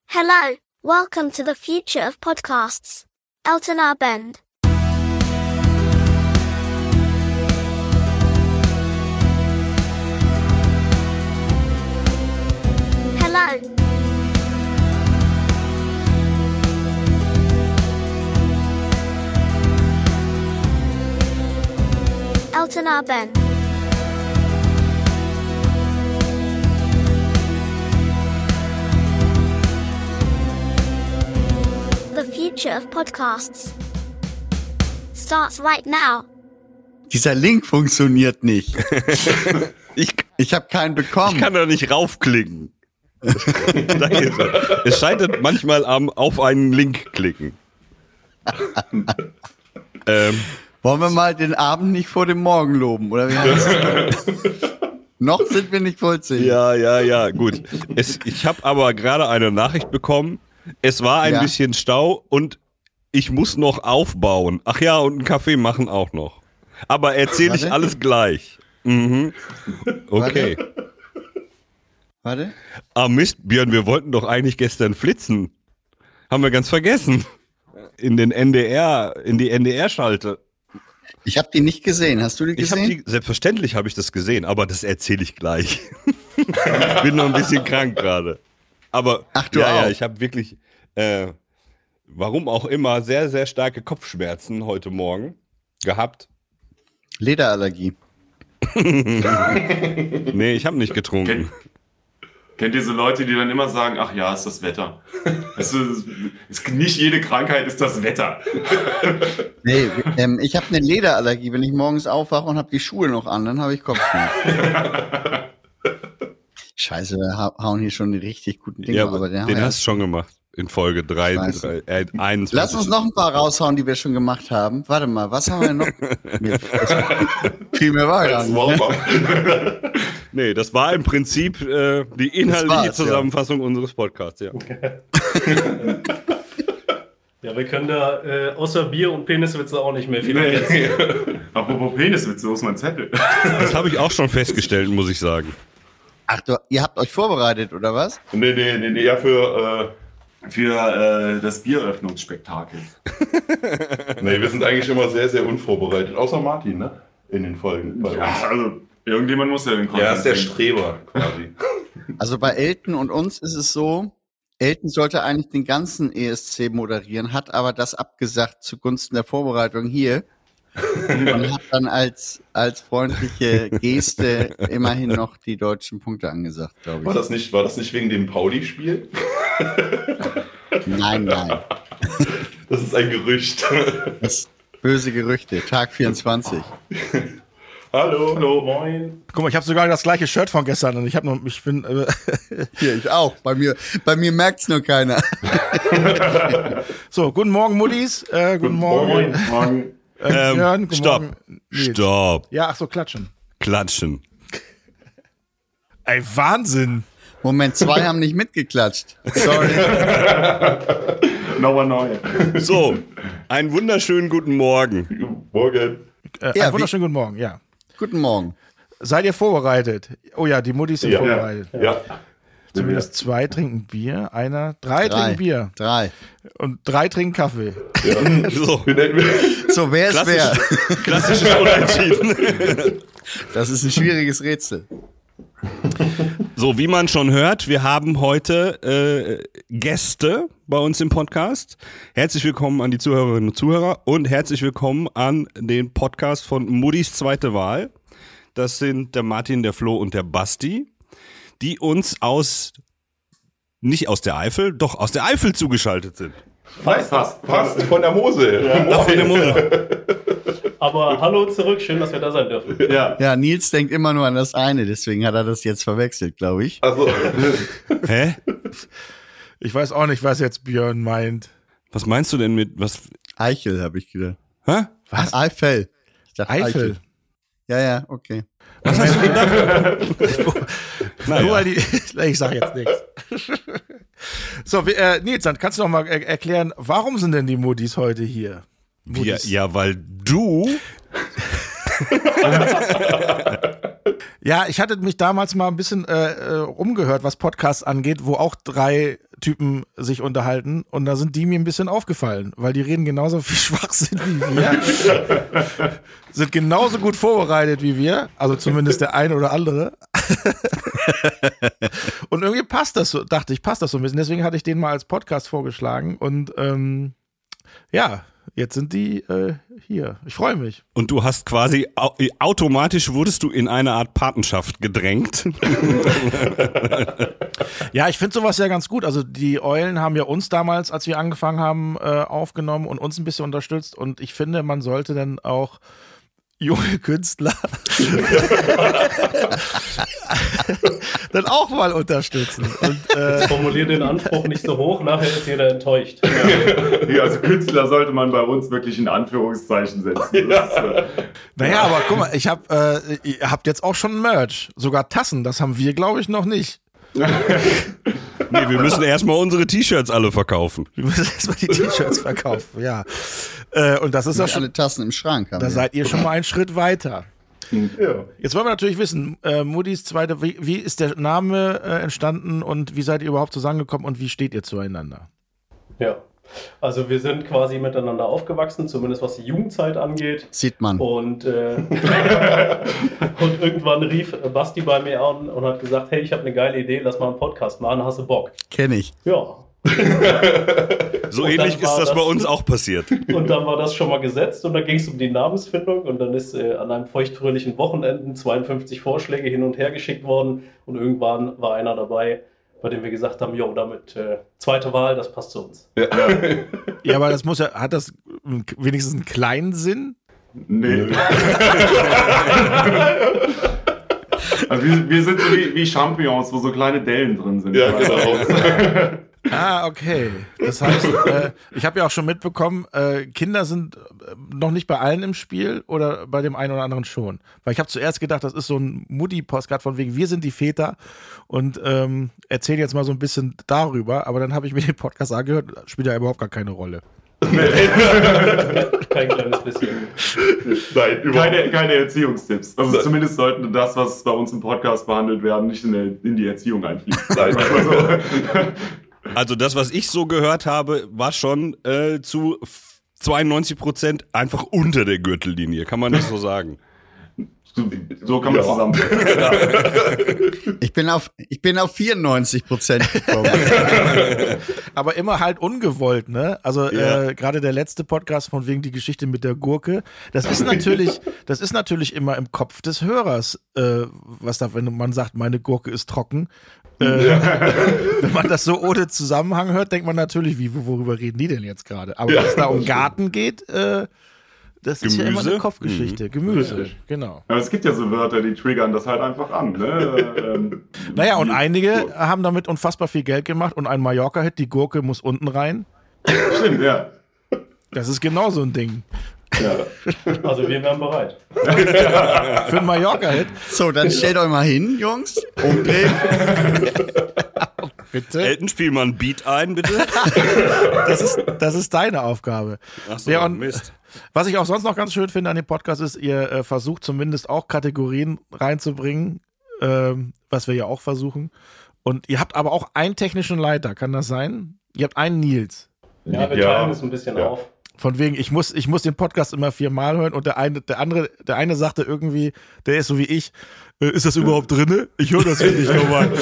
Hello, welcome to the future of podcasts. Elton R. Bend. Hello. Elton R. Bend. The future of podcasts starts right now. Dieser Link funktioniert nicht. Ich habe keinen bekommen. Ich kann da nicht raufklicken. Es scheitert manchmal am auf einen Link klicken. Wollen wir mal den Abend nicht vor dem Morgen loben, oder wie heißt das? Noch sind wir nicht vollzählig. Ja, gut. Ich habe aber gerade eine Nachricht bekommen. Es war ein bisschen Stau und ich muss noch aufbauen. Ach ja, und einen Kaffee machen auch noch. Aber erzähle ich alles gleich. Mhm. Okay. Warte. Ah Mist, Björn, wir wollten doch eigentlich gestern flitzen. Haben wir ganz vergessen. In die NDR-Schalte. Ich habe die nicht gesehen. Hast du die gesehen? Selbstverständlich habe ich das gesehen, aber das erzähle ich gleich. Ich bin noch ein bisschen krank gerade. Aber ach, du auch. Ja, ich habe wirklich, warum auch immer, sehr, sehr starke Kopfschmerzen heute Morgen gehabt. Lederallergie. Nee, ich habe nicht getrunken. Kennt ihr so Leute, die dann immer sagen, ach ja, ist das Wetter. Nicht jede Krankheit ist das Wetter. Nee, ich habe eine Lederallergie. Wenn ich morgens aufwache und habe die Schuhe noch an, dann habe ich Kopfschmerzen. Scheiße, wir hauen hier schon die richtig guten Dinge. Ja, aber den hast du schon gemacht. In Folge 21. Lass uns noch ein paar raushauen, die wir schon gemacht haben. Warte mal, was haben wir noch? Viel mehr war gar nicht. Nee, das war im Prinzip die inhaltliche Zusammenfassung unseres Podcasts, ja. Ja, wir können da außer Bier und Peniswitze auch nicht mehr viel erzählen. Apropos Peniswitze, wo ist mein Zettel? Das habe ich auch schon festgestellt, muss ich sagen. Ach, ihr habt euch vorbereitet, oder was? Nee, ja, für das Bieröffnungsspektakel. Nee, wir sind eigentlich immer sehr, sehr unvorbereitet. Außer Martin, ne? In den Folgen. Bei uns. Ja, also irgendjemand muss ja den Content. Er ist der Streber, quasi. Also bei Elton und uns ist es so, Elton sollte eigentlich den ganzen ESC moderieren, hat aber das abgesagt zugunsten der Vorbereitung hier. Und hat dann als freundliche Geste immerhin noch die deutschen Punkte angesagt, glaube ich. War das nicht wegen dem Pauli-Spiel? Nein. Das ist ein Gerücht. Das böse Gerüchte, Tag 24. Hallo, moin. Guck mal, ich habe sogar das gleiche Shirt von gestern und ich bin hier, ich auch. Bei mir merkt's nur keiner. So, guten Morgen, Muttis. Guten Morgen. Morgen. Björn, guten Stopp. Morgen. Stopp. Ja, ach so, klatschen. Ey, Wahnsinn. Moment, 2 haben nicht mitgeklatscht. Sorry. Nochmal neu. So, einen wunderschönen guten Morgen. Morgen. Einen wunderschönen guten Morgen, ja. Guten Morgen. Seid ihr vorbereitet? Oh ja, die Muttis sind vorbereitet. Ja. Zumindest 2 trinken Bier, 3 trinken Bier. 3. Und 3 trinken Kaffee. Ja. So, So, wer ist wer? Klassisches Unentschieden. Das ist ein schwieriges Rätsel. So, wie man schon hört, wir haben heute Gäste bei uns im Podcast. Herzlich willkommen an die Zuhörerinnen und Zuhörer und herzlich willkommen an den Podcast von Muttis zweite Wahl. Das sind der Martin, der Flo und der Basti, die uns nicht aus der Eifel, doch aus der Eifel zugeschaltet sind. Fast. Von der Mosel. Ja, von der Mosel. Aber hallo zurück, schön, dass wir da sein dürfen. Ja, Nils denkt immer nur an das eine, deswegen hat er das jetzt verwechselt, glaube ich. Also, Hä? Ich weiß auch nicht, was jetzt Björn meint. Was meinst du denn mit was? Eichel, habe ich gedacht. Hä? Was? Eifel. Ich dachte Eifel. Ja, okay. Was hast du gedacht? Naja. Ich sag jetzt nichts. So, Nils, dann kannst du noch mal erklären, warum sind denn die Muttis heute hier? Ja, weil du Ja, ich hatte mich damals mal ein bisschen umgehört, was Podcasts angeht, wo auch drei Typen sich unterhalten und da sind die mir ein bisschen aufgefallen, weil die reden genauso viel Schwachsinn wie wir, sind genauso gut vorbereitet wie wir, also zumindest der eine oder andere. Und irgendwie passt das so, dachte ich, passt das so ein bisschen. Deswegen hatte ich den mal als Podcast vorgeschlagen und ja, jetzt sind die hier. Ich freue mich. Und du hast quasi, automatisch wurdest du in eine Art Patenschaft gedrängt. Ja, ich finde sowas ja ganz gut. Also die Eulen haben ja uns damals, als wir angefangen haben, aufgenommen und uns ein bisschen unterstützt. Und ich finde, man sollte dann auch junge Künstler dann auch mal unterstützen. Und, Formulier den Anspruch nicht so hoch, nachher ist jeder enttäuscht. Ja, also Künstler sollte man bei uns wirklich in Anführungszeichen setzen. naja, aber guck mal, ihr habt jetzt auch schon Merch, sogar Tassen, das haben wir, glaube ich, noch nicht. Nee, wir müssen erstmal unsere T-Shirts alle verkaufen. Wir müssen erstmal die T-Shirts verkaufen, ja. Und das ist ja schon. Alle Tassen im Schrank haben. Da wir. seid ihr schon mal einen Schritt weiter. Ja. Jetzt wollen wir natürlich wissen, Moody's zweite, wie ist der Name entstanden und wie seid ihr überhaupt zusammengekommen und wie steht ihr zueinander? Ja, also wir sind quasi miteinander aufgewachsen, zumindest was die Jugendzeit angeht. Sieht man. Und, und irgendwann rief Basti bei mir an und hat gesagt, hey, ich habe eine geile Idee, lass mal einen Podcast machen, hast du Bock? Kenn ich. Ja. So Und ähnlich dann ist war das bei das- uns auch passiert. Und dann war das schon mal gesetzt und dann ging es um die Namensfindung und dann ist an einem feuchtfröhlichen Wochenenden 52 Vorschläge hin und her geschickt worden und irgendwann war einer dabei, bei dem wir gesagt haben, jo, damit zweite Wahl, das passt zu uns. Ja, aber das muss ja, hat das wenigstens einen kleinen Sinn? Nee. Also wir sind so wie Champignons, wo so kleine Dellen drin sind. Ja, genau. Ah, okay. Das heißt, ich habe ja auch schon mitbekommen, Kinder sind noch nicht bei allen im Spiel oder bei dem einen oder anderen schon. Weil ich habe zuerst gedacht, das ist so ein Mutti-Postcard von wegen, wir sind die Väter und erzählen jetzt mal so ein bisschen darüber. Aber dann habe ich mir den Podcast angehört, spielt ja überhaupt gar keine Rolle. Kein kleines bisschen. Nein, überhaupt Keine Erziehungstipps. Also zumindest sollten das, was bei uns im Podcast behandelt werden, nicht in die Erziehung einfließen. Nein. Also das, was ich so gehört habe, war schon zu 92% einfach unter der Gürtellinie. Kann man nicht so sagen. So kann man zusammenfassen. Ich bin auf 94% gekommen. Aber immer halt ungewollt, ne? Also Ja. gerade der letzte Podcast von wegen die Geschichte mit der Gurke, das ist natürlich immer im Kopf des Hörers, was da, wenn man sagt, meine Gurke ist trocken. Wenn man das so ohne Zusammenhang hört, denkt man natürlich, worüber reden die denn jetzt gerade? Aber wenn es da um Garten geht, das ist ja immer eine Gemüse? Kopfgeschichte. Gemüse, genau. Aber es gibt ja so Wörter, die triggern das halt einfach an. Ne? Naja, und einige haben damit unfassbar viel Geld gemacht und ein Mallorca-Hit, die Gurke muss unten rein. Stimmt, ja. Das ist genau so ein Ding. Also wir wären bereit. Für einen Mallorca-Hit. So, dann stellt euch mal hin, Jungs. Umdrehen. Bitte. Elton, spiel mal ein Beat ein, bitte. Das ist deine Aufgabe. Ach so, Ja, und Mist. was ich auch sonst noch ganz schön finde an dem Podcast ist, ihr versucht zumindest auch Kategorien reinzubringen, was wir ja auch versuchen. Und ihr habt aber auch einen technischen Leiter, kann das sein? Ihr habt einen Nils. Ja, wir Ja. teilen es ein bisschen Ja. auf. Von wegen, ich muss den Podcast immer 4-mal hören und der eine sagte irgendwie, der ist so wie ich, ist das überhaupt drinne? Ich höre das hier nicht nochmal.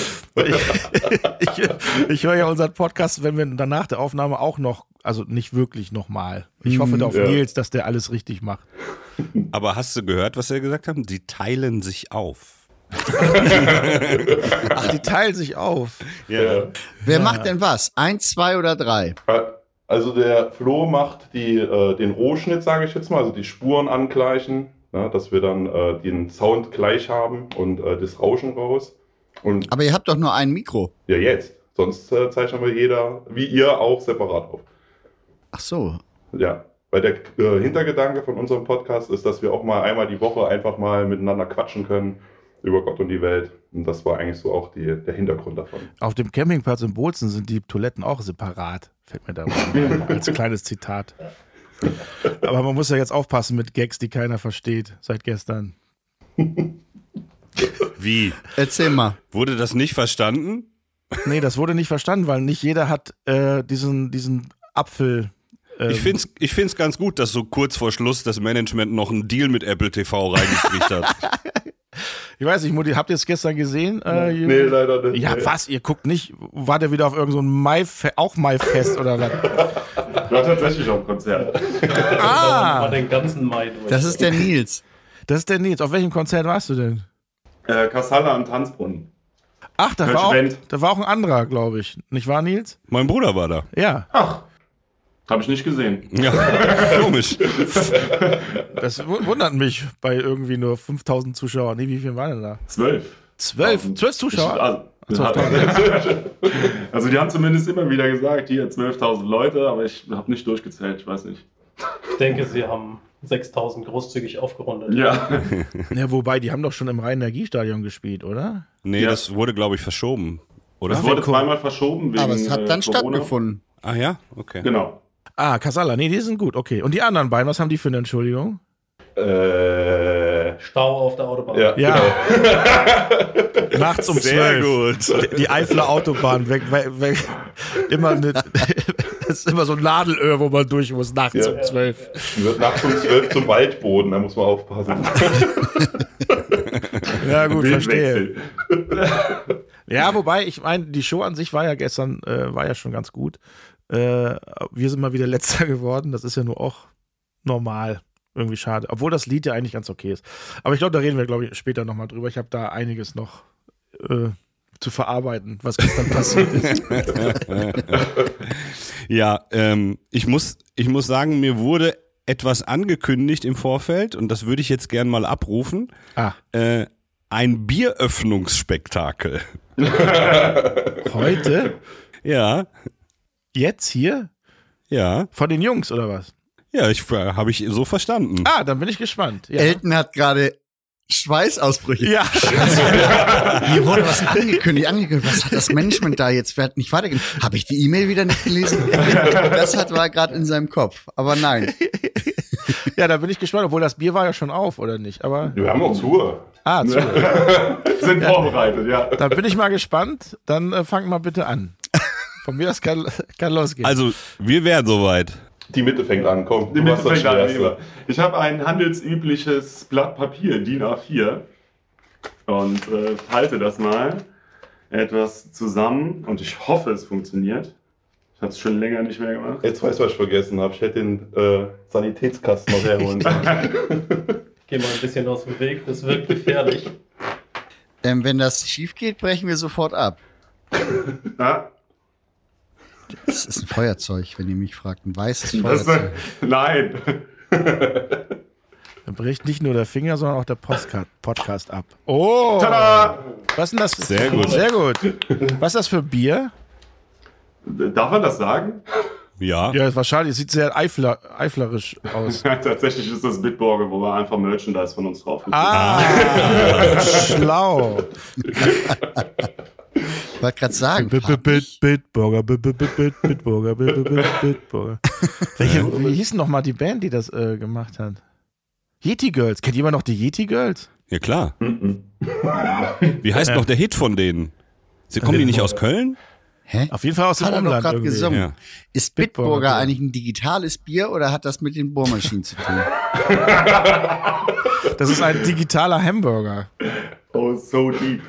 Ich höre ja unseren Podcast, wenn wir danach der Aufnahme auch noch, also nicht wirklich nochmal. Ich hoffe da auf Ja. Nils, dass der alles richtig macht. Aber hast du gehört, was wir gesagt haben? Sie teilen sich auf. Ach, die teilen sich auf. Ja. Wer macht denn was? 1, 2 oder 3? Also der Flo macht den Rohschnitt, sage ich jetzt mal, also die Spuren angleichen, ne, dass wir dann den Sound gleich haben und das Rauschen raus. Und Aber ihr habt doch nur ein Mikro. ja, jetzt. Sonst zeichnen wir jeder, wie ihr auch, separat auf. Ach so. Ja, weil der Hintergedanke von unserem Podcast ist, dass wir auch mal einmal die Woche einfach mal miteinander quatschen können über Gott und die Welt. Und das war eigentlich so auch der Hintergrund davon. Auf dem Campingplatz in Bozen sind die Toiletten auch separat. Fällt mir da mal als kleines Zitat. Aber man muss ja jetzt aufpassen mit Gags, die keiner versteht seit gestern. Wie? Erzähl mal. Wurde das nicht verstanden? Nee, das wurde nicht verstanden, weil nicht jeder hat diesen Apfel. Ich find's ganz gut, dass so kurz vor Schluss das Management noch einen Deal mit Apple TV reingekriegt hat. Ich weiß nicht, Mutti, habt ihr es gestern gesehen? Nee, leider nicht. Ja, was? Ihr guckt nicht? War der wieder auf irgend so ein Maifest oder was? War tatsächlich auch ein Konzert. War den ganzen Mai durch. Das ist der Nils. Das ist der Nils. Auf welchem Konzert warst du denn? Kassala am Tanzbrunnen. Ach, da Kölsche war auch ein anderer, glaube ich. Nicht wahr, Nils? Mein Bruder war da. Ja. Ach, habe ich nicht gesehen. Ja, komisch. Das wundert mich bei irgendwie nur 5.000 Zuschauern. Nee, wie viel waren denn da? 12. 12 Zuschauer? Also die haben zumindest immer wieder gesagt, hier 12.000 Leute, aber ich habe nicht durchgezählt, ich weiß nicht. Ich denke, sie haben 6.000 großzügig aufgerundet. Ja. Ja, wobei, die haben doch schon im Rhein-Energiestadion gespielt, oder? Nee, Ja. das wurde, glaube ich, verschoben. Oder? Das wurde zweimal verschoben wegen Aber es hat dann Corona. stattgefunden. Ah ja? Okay. Genau. Ah, Kassala, nee, die sind gut, okay. Und die anderen beiden, was haben die für eine Entschuldigung? Stau auf der Autobahn. Ja, Ja. Genau. Nachts um Sehr 12. gut. Die Eifler Autobahn, weg. Immer das ist immer so ein Nadelöhr, wo man durch muss, nachts Ja. um 12. Wird nachts um 12 zum Waldboden, da muss man aufpassen. Ja, gut, verstehe. Wildwechsel. Ja, wobei, ich meine, die Show an sich war ja gestern, war ja schon ganz gut. Wir sind mal wieder Letzter geworden, das ist ja nur auch normal. Irgendwie schade. Obwohl das Lied ja eigentlich ganz okay ist. Aber ich glaube, da reden wir, glaube ich, später nochmal drüber. Ich habe da einiges noch zu verarbeiten, was gestern passiert ist. Ja, ich muss sagen, mir wurde etwas angekündigt im Vorfeld und das würde ich jetzt gern mal abrufen. Ein Bieröffnungsspektakel. Heute? Ja, Jetzt hier? ja, Von den Jungs, oder was? ja, habe ich so verstanden. Ah, dann bin ich gespannt. Ja. Elton hat gerade Schweißausbrüche. Ja. Hier wurde was angekündigt. Was hat das Management da jetzt? Wer hat nicht weitergegeben? Habe ich die E-Mail wieder nicht gelesen? Das war gerade in seinem Kopf. Aber nein. Ja, da bin ich gespannt, obwohl das Bier war ja schon auf, oder nicht? Aber. Wir haben auch zu. Sind vorbereitet, ja. Da bin ich mal gespannt. Dann fang mal bitte an. Von mir das kann losgehen. Also, wir wären soweit. Die Mitte fängt an, komm. Die du Mitte machst das fängt an. Schwerste. Ich habe ein handelsübliches Blatt Papier, DIN A4, und falte das mal etwas zusammen und ich hoffe, es funktioniert. Ich habe es schon länger nicht mehr gemacht. Jetzt weißt du, was ich vergessen habe. Ich hätte den Sanitätskasten noch herholen sollen. Geh mal ein bisschen aus dem Weg, das wirkt gefährlich. Wenn das schief geht, brechen wir sofort ab. Ja, Das ist ein Feuerzeug, wenn ihr mich fragt. Ein weißes das, Feuerzeug. nein. Dann bricht nicht nur der Finger, sondern auch der Podcast ab. Oh! Tada! Was ist denn das? Sehr gut. Sehr gut. Was ist das für Bier? Darf man das sagen? Ja. Ja, wahrscheinlich. Es sieht sehr eiflerisch aus. Tatsächlich ist das Bitburger, wo wir einfach Merchandise von uns drauf haben. Ah, schlau. Ich wollte gerade sagen. Bitburger. Wie hieß denn noch mal die Band, die das gemacht hat? Yeti Girls. Kennt jemand noch die Yeti Girls? Ja, klar. Wie heißt noch der Hit von denen? Kommen die nicht aus Köln? Hä? Auf jeden Fall aus dem Hat er doch Umland gerade irgendwie. gesungen. Ja. Ist Bitburger Bitburger Bier. eigentlich ein digitales Bier oder hat das mit den Bohrmaschinen zu tun? Das ist ein digitaler Hamburger. Oh, so deep.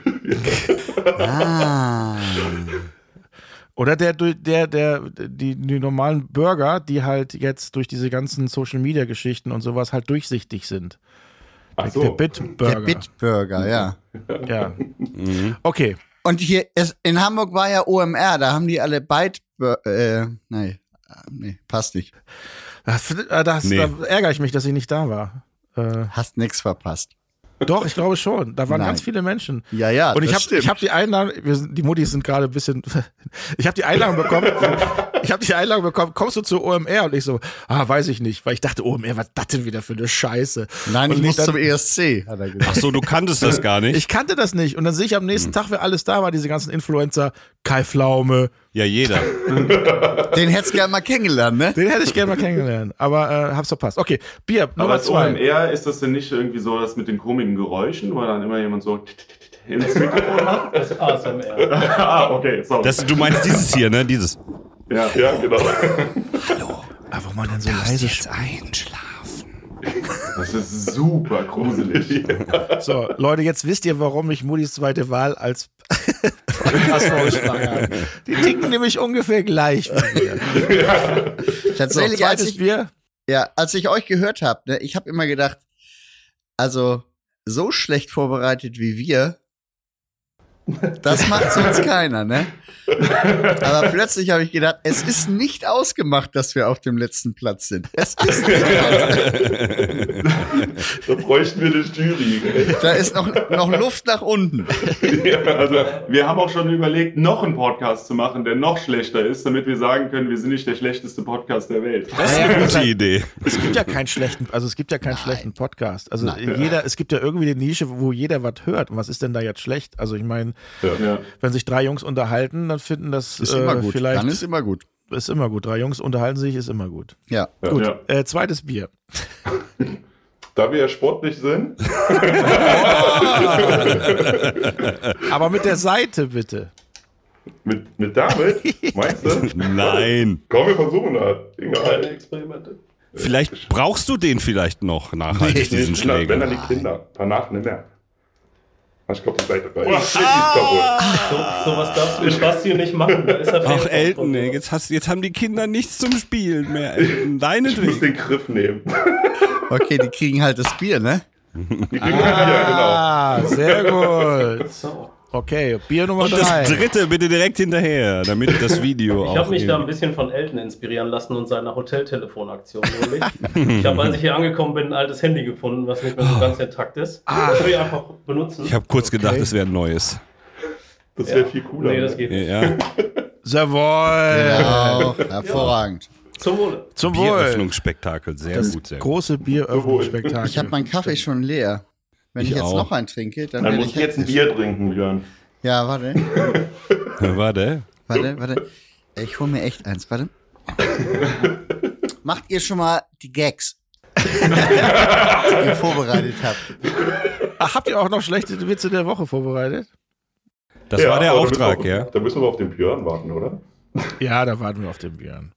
Ah. Oder die normalen Burger, die halt jetzt durch diese ganzen Social-Media-Geschichten und sowas halt durchsichtig sind. Ach Der so. Bitburger. Der Bitburger, ja. Ja. Okay. Und hier, in Hamburg war ja OMR, da haben die alle nee, passt nicht. Da ärgere ich mich, dass ich nicht da war. Hast nix verpasst. Doch, ich glaube schon. Da waren Nein. ganz viele Menschen. Ja, Und ich das stimmt. habe die Einladung, die Muttis sind gerade ein bisschen, ich habe die Einladung bekommen, kommst du zu OMR? Und ich so, weiß ich nicht, weil ich dachte, OMR, was ist das denn wieder für eine Scheiße? Nein, ich Und muss dann- zum ESC, hat er gesagt. Ach so, du kanntest das gar nicht? Ich kannte das nicht. Und dann sehe ich am nächsten Tag, wer alles da war, diese ganzen Influencer, Kai Pflaume, Ja, jeder. Den hättest du gerne mal kennengelernt, ne? den hätte ich gerne mal kennengelernt, aber hab's verpasst. Okay, Bier, Aber Nummer als 2. OMR ist das denn nicht irgendwie so das mit den komischen Geräuschen, wo dann immer jemand so ins Mikrofon machen? Das ist ASMR. Ah, okay, sorry. Du meinst dieses hier, ne? Dieses. Ja. Ja, genau. Hallo. Aber man dann so leise einschlafen. Das ist super gruselig. So, Leute, jetzt wisst ihr, warum ich Moody's zweite Wahl als Podcast vorgeschlagen habe. Die ticken nämlich ungefähr gleich. Tatsächlich, So, zweites Bier. als ich euch gehört habe, ne, ich habe immer gedacht, also so schlecht vorbereitet wie wir, das macht sonst keiner, ne? Aber plötzlich habe ich gedacht, es ist nicht ausgemacht, dass wir auf dem letzten Platz sind. Es ist nicht ausgemacht. Da bräuchten wir eine Jury. Da ist noch Luft nach unten. Also, wir haben auch schon überlegt, noch einen Podcast zu machen, der noch schlechter ist, damit wir sagen können, wir sind nicht der schlechteste Podcast der Welt. Das ist eine gute Idee. Es gibt ja keinen schlechten Podcast. Also es gibt ja irgendwie eine Nische, wo jeder was hört. Und was ist denn da jetzt schlecht? Also ich meine, wenn sich 3 Jungs unterhalten, dann finden das Ist immer gut. vielleicht. Dann ist immer gut. Ist immer gut. 3 Jungs unterhalten sich, ist immer gut. Ja. Gut. Ja. Zweites Bier. Da wir ja sportlich sind. Aber mit der Seite bitte. Mit damit? Meinst du? Nein. Komm, wir versuchen das. Keine Egal. Experimente. Vielleicht brauchst du den vielleicht noch nachhaltig, diesen Wenn dann Schläger. die Kinder. Danach nicht mehr. Ich glaube, die Seite gleich. Oh, Sowas darfst du mit Basti nicht machen. Da ist er Ach, Fan Elton, von. ey, jetzt haben die Kinder nichts zum Spielen mehr. Elton, ich muss deinetwegen. den Griff nehmen. Okay, die kriegen halt das Bier, ne? Die kriegen ja, Sehr gut. So. Okay, Bier Nummer Und 3. das dritte bitte direkt hinterher, damit das Video Ich auch. habe mich da ein irgendwie- bisschen von Elton inspirieren lassen und seiner Hoteltelefonaktion nämlich. Ich habe, als ich hier angekommen bin, ein altes Handy gefunden, was nicht mehr so ganz intakt ist. Das will ich einfach benutzen. Ich habe kurz gedacht, es wäre ein neues. Das wäre viel cooler. Nee, das geht nicht. Ja. Jawohl. Genau. Hervorragend. Zum Wohle. Zum Wohl. Bieröffnungsspektakel, sehr Das gut, sehr gut. große Bieröffnungsspektakel. Ich habe meinen Kaffee schon leer. Wenn ich Ich jetzt auch. noch einen trinke, dann Dann werde muss ich ich jetzt ein Bier trinken, Björn. Ja, warte. Warte. Warte. Ich hole mir echt eins, warte. Macht ihr schon mal die Gags, die ihr vorbereitet habt? Ach, habt ihr auch noch schlechte Witze der Woche vorbereitet? Das war der aber Auftrag, da ja. müssen wir auf den Björn warten, oder? Ja, da warten wir auf den Björn.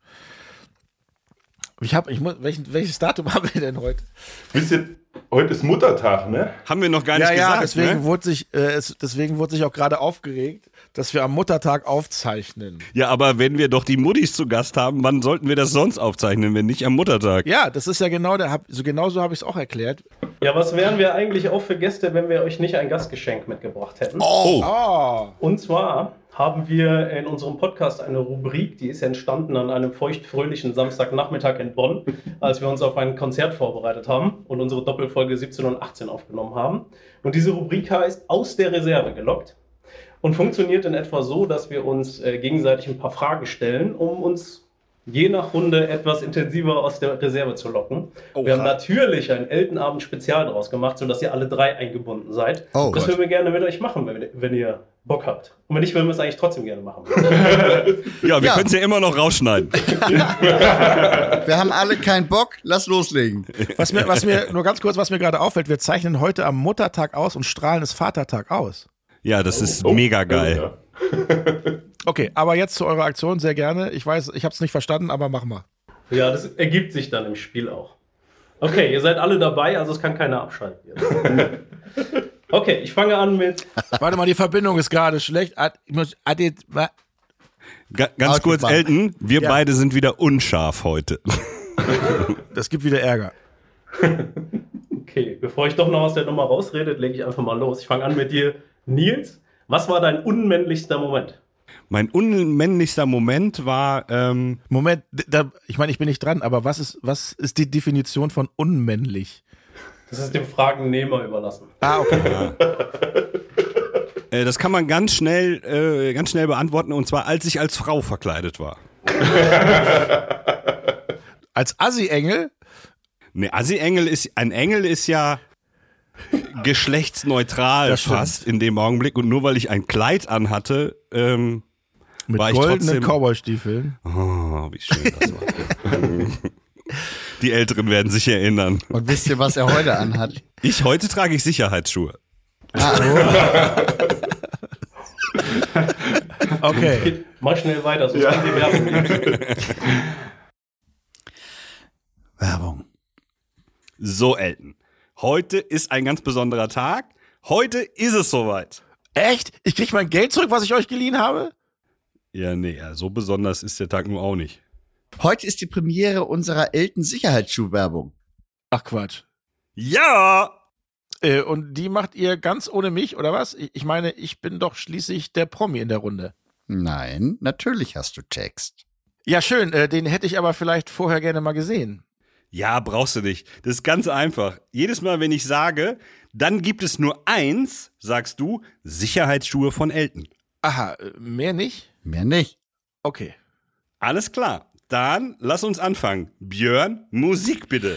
Welches Datum haben wir denn heute? Wisst ihr, heute ist Muttertag, ne? Haben wir noch gar nicht gesagt, deswegen, ne? deswegen wurde sich auch gerade aufgeregt, dass wir am Muttertag aufzeichnen. Ja, aber wenn wir doch die Muttis zu Gast haben, wann sollten wir das sonst aufzeichnen, wenn nicht am Muttertag? Ja, das ist ja genau genauso habe ich es auch erklärt. Ja, was wären wir eigentlich auch für Gäste, wenn wir euch nicht ein Gastgeschenk mitgebracht hätten? Oh. Und zwar haben wir in unserem Podcast eine Rubrik, die ist entstanden an einem feuchtfröhlichen Samstagnachmittag in Bonn, als wir uns auf ein Konzert vorbereitet haben und unsere Doppelfolge 17 und 18 aufgenommen haben. Und diese Rubrik heißt Aus der Reserve gelockt und funktioniert in etwa so, dass wir uns gegenseitig ein paar Fragen stellen, um uns je nach Runde etwas intensiver aus der Reserve zu locken. Wir haben natürlich ein Eltenabend-Spezial draus gemacht, sodass ihr alle 3 eingebunden seid. Oh Das Gott. würden wir gerne mit euch machen, wenn ihr Bock habt. Und wenn nicht, würden wir es eigentlich trotzdem gerne machen. Ja, wir Ja. können es ja immer noch rausschneiden. Wir haben alle keinen Bock, lass loslegen. Was mir nur ganz kurz, was mir gerade auffällt, wir zeichnen heute am Muttertag aus und strahlen es Vatertag aus. Ja, das ist mega geil. Ja. Okay, aber jetzt zu eurer Aktion sehr gerne. Ich weiß, ich habe es nicht verstanden, aber mach mal. Ja, das ergibt sich dann im Spiel auch. Okay, ihr seid alle dabei, also es kann keiner abschalten. Jetzt. Okay, ich fange an mit... Warte mal, die Verbindung ist gerade schlecht. Ganz Autobahn. kurz, Elton, wir Ja. beide sind wieder unscharf heute. Das gibt wieder Ärger. Okay, bevor ich doch noch aus der Nummer rausredet, lege ich einfach mal los. Ich fange an mit dir, Nils. Was war dein unmännlichster Moment? Mein unmännlichster Moment war, Moment, ich meine, ich bin nicht dran, aber was ist die Definition von unmännlich? Das ist dem Fragennehmer überlassen. Ah, okay. das kann man ganz schnell beantworten, und zwar, als ich als Frau verkleidet war. Als Assi-Engel? Ne, ein Engel ist ja geschlechtsneutral Das stimmt. fast in dem Augenblick, und nur weil ich ein Kleid anhatte, Mit war ich goldenen trotzdem- Cowboy-Stiefeln. oh, wie schön das war. Die Älteren werden sich erinnern. Und wisst ihr, was er heute anhat? Heute trage ich Sicherheitsschuhe. Okay. Mach schnell weiter, sonst kommt die Werbung. Werbung. So, Elton. Heute ist ein ganz besonderer Tag. Heute ist es soweit. Echt? Ich krieg mein Geld zurück, was ich euch geliehen habe? Ja, nee, so besonders ist der Tag nun auch nicht. Heute ist die Premiere unserer Elton-Sicherheitsschuhwerbung. Ach Quatsch. Ja! Und die macht ihr ganz ohne mich, oder was? Ich meine, ich bin doch schließlich der Promi in der Runde. Nein, natürlich hast du Text. Ja, schön. Den hätte ich aber vielleicht vorher gerne mal gesehen. Ja, brauchst du nicht. Das ist ganz einfach. Jedes Mal, wenn ich sage, dann gibt es nur eins, sagst du, Sicherheitsschuhe von Elton. Aha, mehr nicht? Mehr nicht. Okay. Alles klar. Dann lass uns anfangen. Björn, Musik bitte.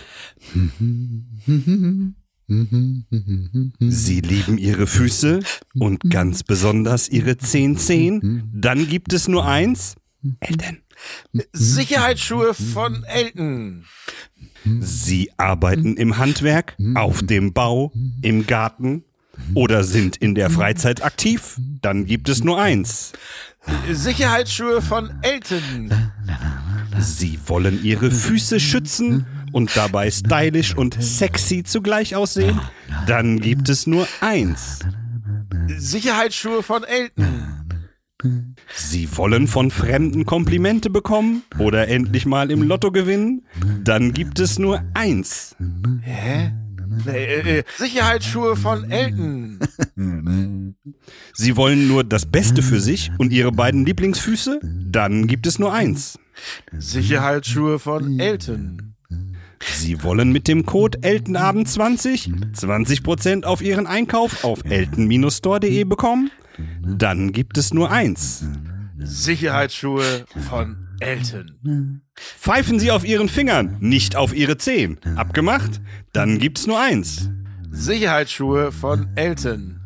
Sie lieben ihre Füße und ganz besonders ihre 10 Dann gibt es nur eins. Elton. Sicherheitsschuhe von Elton. Sie arbeiten im Handwerk, auf dem Bau, im Garten oder sind in der Freizeit aktiv. Dann gibt es nur eins. Sicherheitsschuhe von Elton. Sie wollen ihre Füße schützen und dabei stylisch und sexy zugleich aussehen. Dann gibt es nur eins. Sicherheitsschuhe von Elton. Sie wollen von Fremden Komplimente bekommen oder endlich mal im Lotto gewinnen. Dann gibt es nur eins. Hä? Sicherheitsschuhe von Elton. Sie wollen nur das Beste für sich und ihre beiden Lieblingsfüße. Dann gibt es nur eins. Sicherheitsschuhe von Elton. Sie wollen mit dem Code ELTENABEND20 20% auf ihren Einkauf auf elton-store.de bekommen. Dann gibt es nur eins. Sicherheitsschuhe von Elton. Pfeifen Sie auf Ihren Fingern, nicht auf Ihre Zehen. Abgemacht? Dann gibt's nur eins. Sicherheitsschuhe von Elton.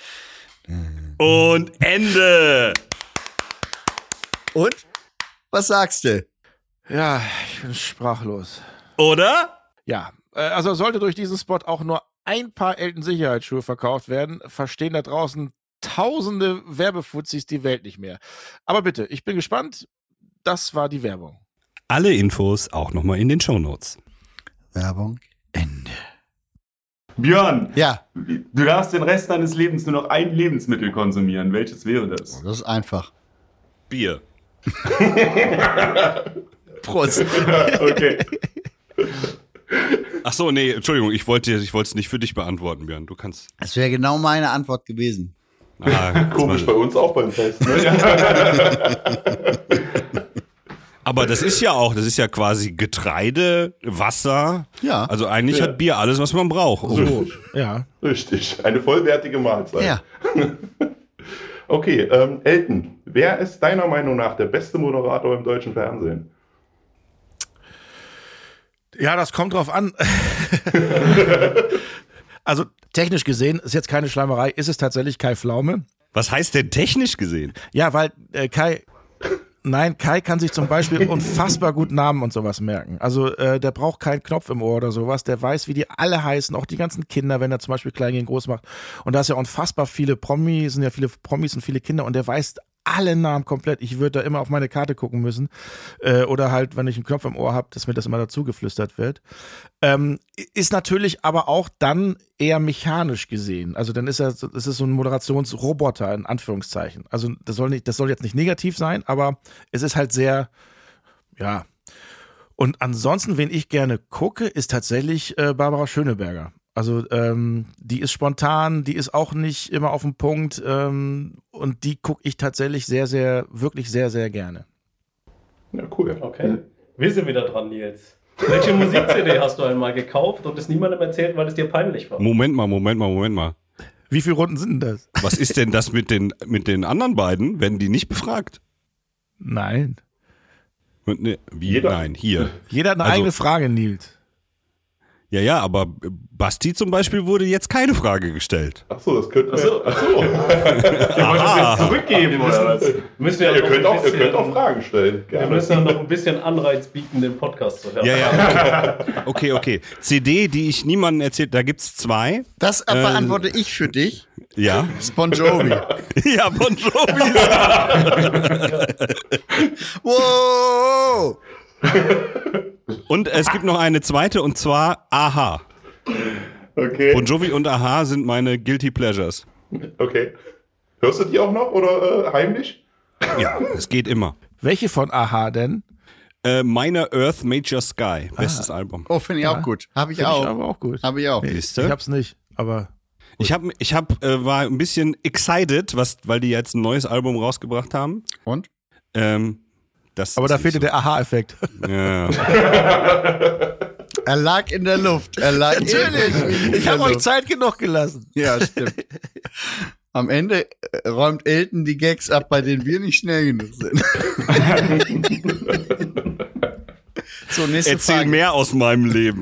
Und Ende. Und? Was sagst du? Ja, ich bin sprachlos. Oder? Ja, also sollte durch diesen Spot auch nur ein paar Elton-Sicherheitsschuhe verkauft werden, verstehen da draußen tausende Werbefuzis die Welt nicht mehr. Aber bitte, ich bin gespannt. Das war die Werbung. Alle Infos auch nochmal in den Shownotes. Werbung, Ende. Björn, Ja, du darfst den Rest deines Lebens nur noch ein Lebensmittel konsumieren. Welches wäre das? das ist einfach. Bier. Prost. Okay. Ach so, nee, Entschuldigung, ich wollte es nicht für dich beantworten, Björn. Du kannst. Das wäre genau meine Antwort gewesen. Komisch bei uns auch beim Test. Ne? Aber das ist ja quasi Getreide, Wasser. Ja. Also eigentlich hat Bier alles, was man braucht. So, ja. Richtig, eine vollwertige Mahlzeit. Ja. Okay, Elton, wer ist deiner Meinung nach der beste Moderator im deutschen Fernsehen? Ja, das kommt drauf an. Also technisch gesehen, ist jetzt keine Schleimerei, ist es tatsächlich Kai Pflaume. Was heißt denn technisch gesehen? Ja, weil Kai kann sich zum Beispiel unfassbar gut Namen und sowas merken. Also der braucht keinen Knopf im Ohr oder sowas. Der weiß, wie die alle heißen, auch die ganzen Kinder, wenn er zum Beispiel klein gegen groß macht. Und da ist ja unfassbar viele Promis, sind ja viele Promis und viele Kinder und der weiß alle Namen komplett. Ich würde da immer auf meine Karte gucken müssen. Oder halt, wenn ich einen Knopf im Ohr habe, dass mir das immer dazu geflüstert wird. Ist natürlich aber auch dann eher mechanisch gesehen. Also dann ist es so ein Moderationsroboter in Anführungszeichen. Also das soll jetzt nicht negativ sein, aber es ist halt sehr, ja. Und ansonsten, wen ich gerne gucke, ist tatsächlich Barbara Schöneberger. Also die ist spontan, die ist auch nicht immer auf den Punkt und die gucke ich tatsächlich wirklich sehr, sehr gerne. Ja, cool. Okay. Wir sind wieder dran, Nils. Welche Musik-CD hast du einmal gekauft und es niemandem erzählt, weil es dir peinlich war? Moment mal. Wie viele Runden sind denn das? Was ist denn das mit den anderen beiden? Werden die nicht befragt? Nein. Und, ne, wie? Jeder. Nein, hier. Jeder hat eine Also- eigene Frage, Nils. Ja, aber Basti zum Beispiel wurde jetzt keine Frage gestellt. Achso, das könnten wir. Ihr wollt das jetzt zurückgeben, oder was? Müssen wir Ihr noch könnt ein bisschen- auch Fragen stellen. Wir Gerne. müssen dann noch ein bisschen Anreiz bieten, den Podcast zu hören. Ja. Okay. CD, die ich niemandem erzählt, da gibt's 2. Das beantworte ich für dich. Ja. Bon Jovi. Ja, Bon Jovi. Wow! Und es gibt noch eine zweite, und zwar Aha. Okay. Bon Jovi und Aha sind meine Guilty Pleasures. Okay. Hörst du die auch noch oder heimlich? Ja, es geht immer. Welche von Aha denn? Meine Earth Major Sky, bestes Album. Oh, finde ich auch gut. Habe ich Find auch. Ich aber auch gut. Habe ich auch. Siehste? Ich hab's nicht, aber Ich war ein bisschen excited, weil die jetzt ein neues Album rausgebracht haben. Und? Das aber ist da nicht fehlte der Aha-Effekt. so. Ja. Er lag in der Luft. Ich habe euch Zeit genug gelassen. Ja, stimmt. Am Ende räumt Elton die Gags ab, bei denen wir nicht schnell genug sind. So, nächste Erzähl Frage. mehr aus meinem Leben.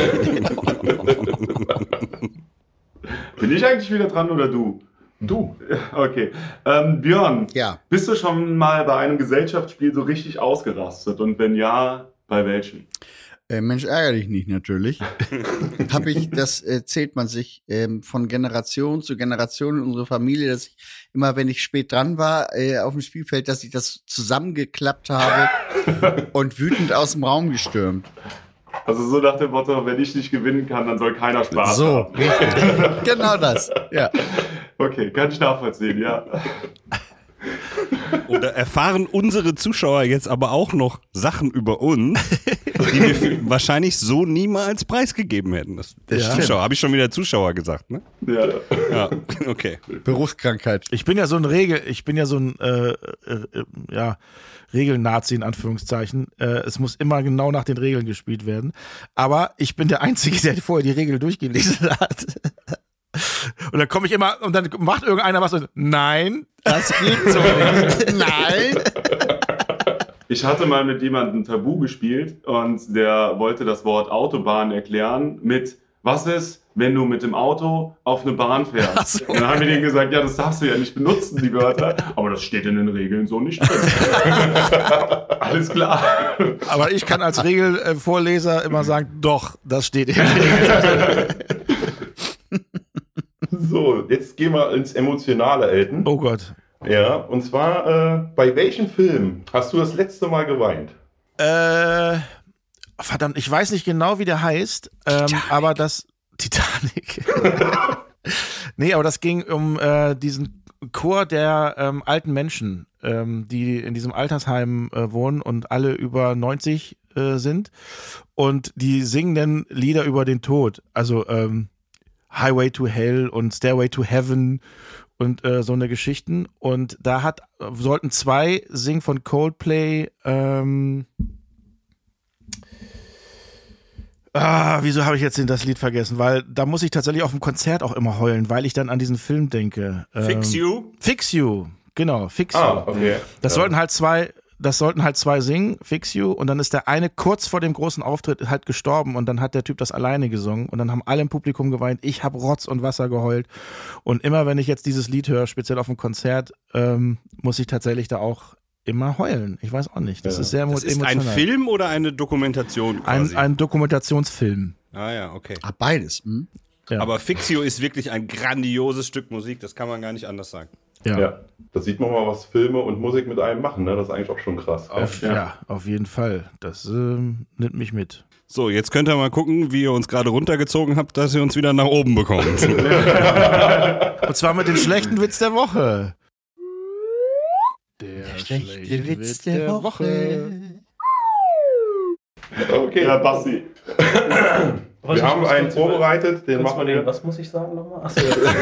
Bin ich eigentlich wieder dran oder du? Du. Okay. Björn, Ja. bist du schon mal bei einem Gesellschaftsspiel so richtig ausgerastet? Und wenn ja, bei welchem? Mensch, ärgere dich nicht, natürlich. Das zählt man sich von Generation zu Generation in unserer Familie, dass ich immer, wenn ich spät dran war auf dem Spielfeld, dass ich das zusammengeklappt habe und wütend aus dem Raum gestürmt. Also so nach dem Motto, wenn ich nicht gewinnen kann, dann soll keiner Spaß So, haben. genau das. Ja. Okay, kann ich nachvollziehen, ja. Oder erfahren unsere Zuschauer jetzt aber auch noch Sachen über uns, die wir wahrscheinlich so niemals preisgegeben hätten. Das Zuschauer, habe ich schon wieder Zuschauer gesagt, ne? Ja. Ja, okay. Berufskrankheit. Ich bin ja so ein Regel-Nazi in Anführungszeichen. Es muss immer genau nach den Regeln gespielt werden. Aber ich bin der Einzige, der vorher die Regel durchgelesen hat. Und dann komme ich immer, und dann macht irgendeiner was und nein, das geht so nicht. Nein. Ich hatte mal mit jemandem Tabu gespielt und der wollte das Wort Autobahn erklären mit: Was ist, wenn du mit dem Auto auf eine Bahn fährst? Ach so. Und dann haben wir denen gesagt, ja, das darfst du ja nicht benutzen, die Wörter, aber das steht in den Regeln so nicht drin. Alles klar. Aber ich kann als Regelvorleser immer sagen, doch, das steht in den Regeln. So, jetzt gehen wir ins emotionale Elton. Oh Gott. Ja, und zwar, bei welchem Film hast du das letzte Mal geweint? Verdammt, ich weiß nicht genau, wie der heißt, aber das Titanic. Nee, aber das ging um diesen Chor der alten Menschen, die in diesem Altersheim wohnen und alle über 90 sind, und die singen dann Lieder über den Tod. Also Highway to Hell und Stairway to Heaven und so eine Geschichten. Und da sollten 2 singen von Coldplay. Wieso habe ich jetzt das Lied vergessen? Weil da muss ich tatsächlich auf dem Konzert auch immer heulen, weil ich dann an diesen Film denke. Fix You? Fix You, genau, Fix You. Okay. Das sollten halt zwei singen, Fix You, und dann ist der eine kurz vor dem großen Auftritt halt gestorben und dann hat der Typ das alleine gesungen und dann haben alle im Publikum geweint. Ich habe Rotz und Wasser geheult, und immer wenn ich jetzt dieses Lied höre, speziell auf dem Konzert, muss ich tatsächlich da auch immer heulen. Ich weiß auch nicht. Das ist sehr emotional. Ist ein Film oder eine Dokumentation quasi? Ein Dokumentationsfilm. Ah ja, okay. Beides. Hm? Ja. Aber Fix You ist wirklich ein grandioses Stück Musik, das kann man gar nicht anders sagen. Ja, da sieht man mal, was Filme und Musik mit einem machen, ne? Das ist eigentlich auch schon krass. Auf jeden Fall. Das nimmt mich mit. So, jetzt könnt ihr mal gucken, wie ihr uns gerade runtergezogen habt, dass ihr uns wieder nach oben bekommt. Und zwar mit dem schlechten Witz der Woche. Der schlechte Witz der Woche. Okay. Ja, Basti. Wir haben einen vorbereitet, den machen wir, Was muss ich sagen nochmal? Achso,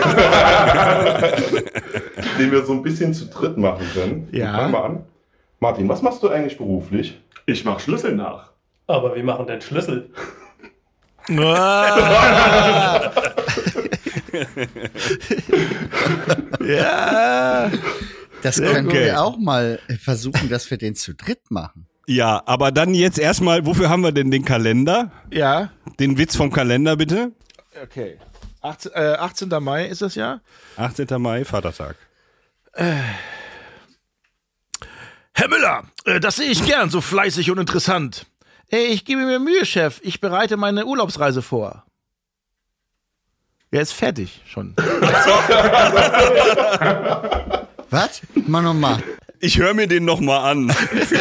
den wir so ein bisschen zu dritt machen können. Ja. Fangen wir an. Martin, was machst du eigentlich beruflich? Ich mach Schlüssel nach. aber wir machen den Schlüssel. Ja. Das können wir auch mal versuchen, dass wir den zu dritt machen. Ja, aber dann jetzt erstmal, wofür haben wir denn den Kalender? Ja. Den Witz vom Kalender bitte. Okay. 18. Mai ist das ja? 18. Mai, Vatertag. Herr Müller, das sehe ich gern, so fleißig und interessant. Ich gebe mir Mühe, Chef. Ich bereite meine Urlaubsreise vor. Er ist fertig schon. Was? Mal nochmal. Ich höre mir den nochmal an.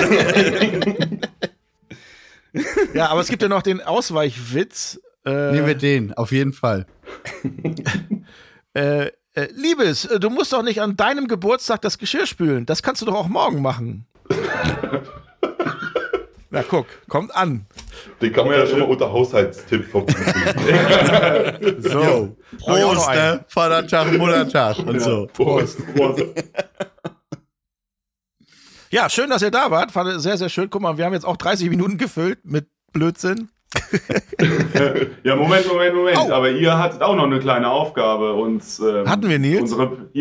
Ja, aber es gibt ja noch den Ausweichwitz. Nehmen wir den, auf jeden Fall. Liebes, du musst doch nicht an deinem Geburtstag das Geschirr spülen. Das kannst du doch auch morgen machen. Na guck, kommt an. Den kann man ja schon mal unter Haushaltstipp verbuchen. So. Prost, ne? Vatertag, Muttertag und so. Prost. Ja, schön, dass ihr da wart. Fand sehr, sehr schön. Guck mal, wir haben jetzt auch 30 Minuten gefüllt mit Blödsinn. Ja, Moment. Oh. Aber ihr hattet auch noch eine kleine Aufgabe. Hatten wir, Nils?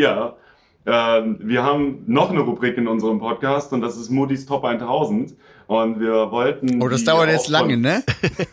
Wir haben noch eine Rubrik in unserem Podcast und das ist Moody's Top 1000. Und wir wollten. Oh, das dauert jetzt lange, ne?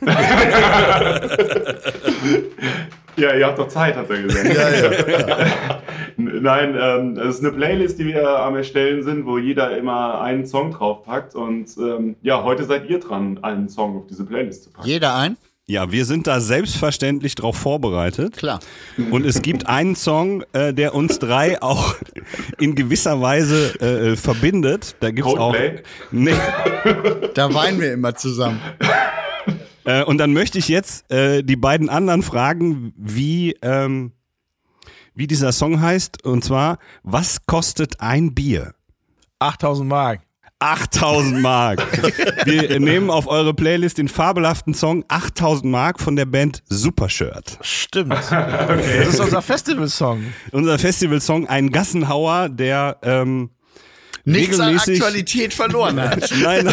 Ja, ihr habt doch Zeit, hat er gesagt. Ja. Nein, es ist eine Playlist, die wir am Erstellen sind, wo jeder immer einen Song draufpackt. Und heute seid ihr dran, einen Song auf diese Playlist zu packen. Jeder ein? Ja, wir sind da selbstverständlich drauf vorbereitet. Klar. Und es gibt einen Song, der uns drei auch in gewisser Weise verbindet. Da gibt's Coldplay? auch. Nee. Da weinen wir immer zusammen. Und dann möchte ich jetzt die beiden anderen fragen, wie dieser Song heißt. Und zwar, was kostet ein Bier? 8.000 Mark. 8.000 Mark. Wir nehmen auf eure Playlist den fabelhaften Song 8.000 Mark von der Band Supershirt. Stimmt. Okay. Das ist unser Festivalsong. Unser Festivalsong, ein Gassenhauer, der Nichts an regelmäßig Aktualität verloren hat. Nein.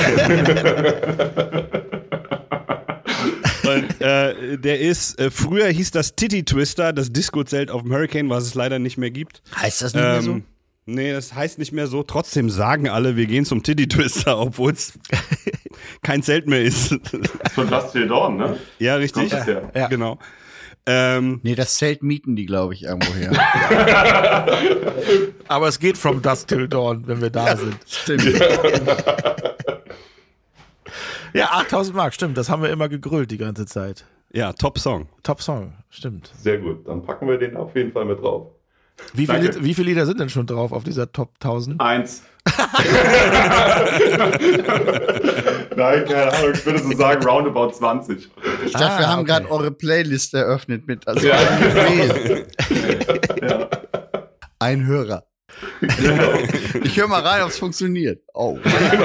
Und, der ist, früher hieß das Titty Twister, das Disco-Zelt auf dem Hurricane, was es leider nicht mehr gibt. Heißt das nicht mehr so? Nee, das heißt nicht mehr so. Trotzdem sagen alle, wir gehen zum Titty Twister, obwohl es kein Zelt mehr ist. Von Dust Till Dawn, ne? Ja, richtig. Kommt das her? Ja. Genau. Nee, das Zelt mieten die, glaube ich, irgendwo her. Aber es geht from dusk till dawn, wenn wir da sind. Stimmt. Ja, 8.000 Mark, stimmt. Das haben wir immer gegrölt die ganze Zeit. Ja, Top Song. Top Song, stimmt. Sehr gut, dann packen wir den auf jeden Fall mit drauf. Wie Danke. viele Lieder sind denn schon drauf auf dieser Top 1000? 1. Nein, keine Ahnung, ich würde so sagen roundabout 20. Ich dachte, wir haben okay. gerade eure Playlist eröffnet mit also Ja. ja. Ein Hörer. Ich höre mal rein, ob es funktioniert. Oh.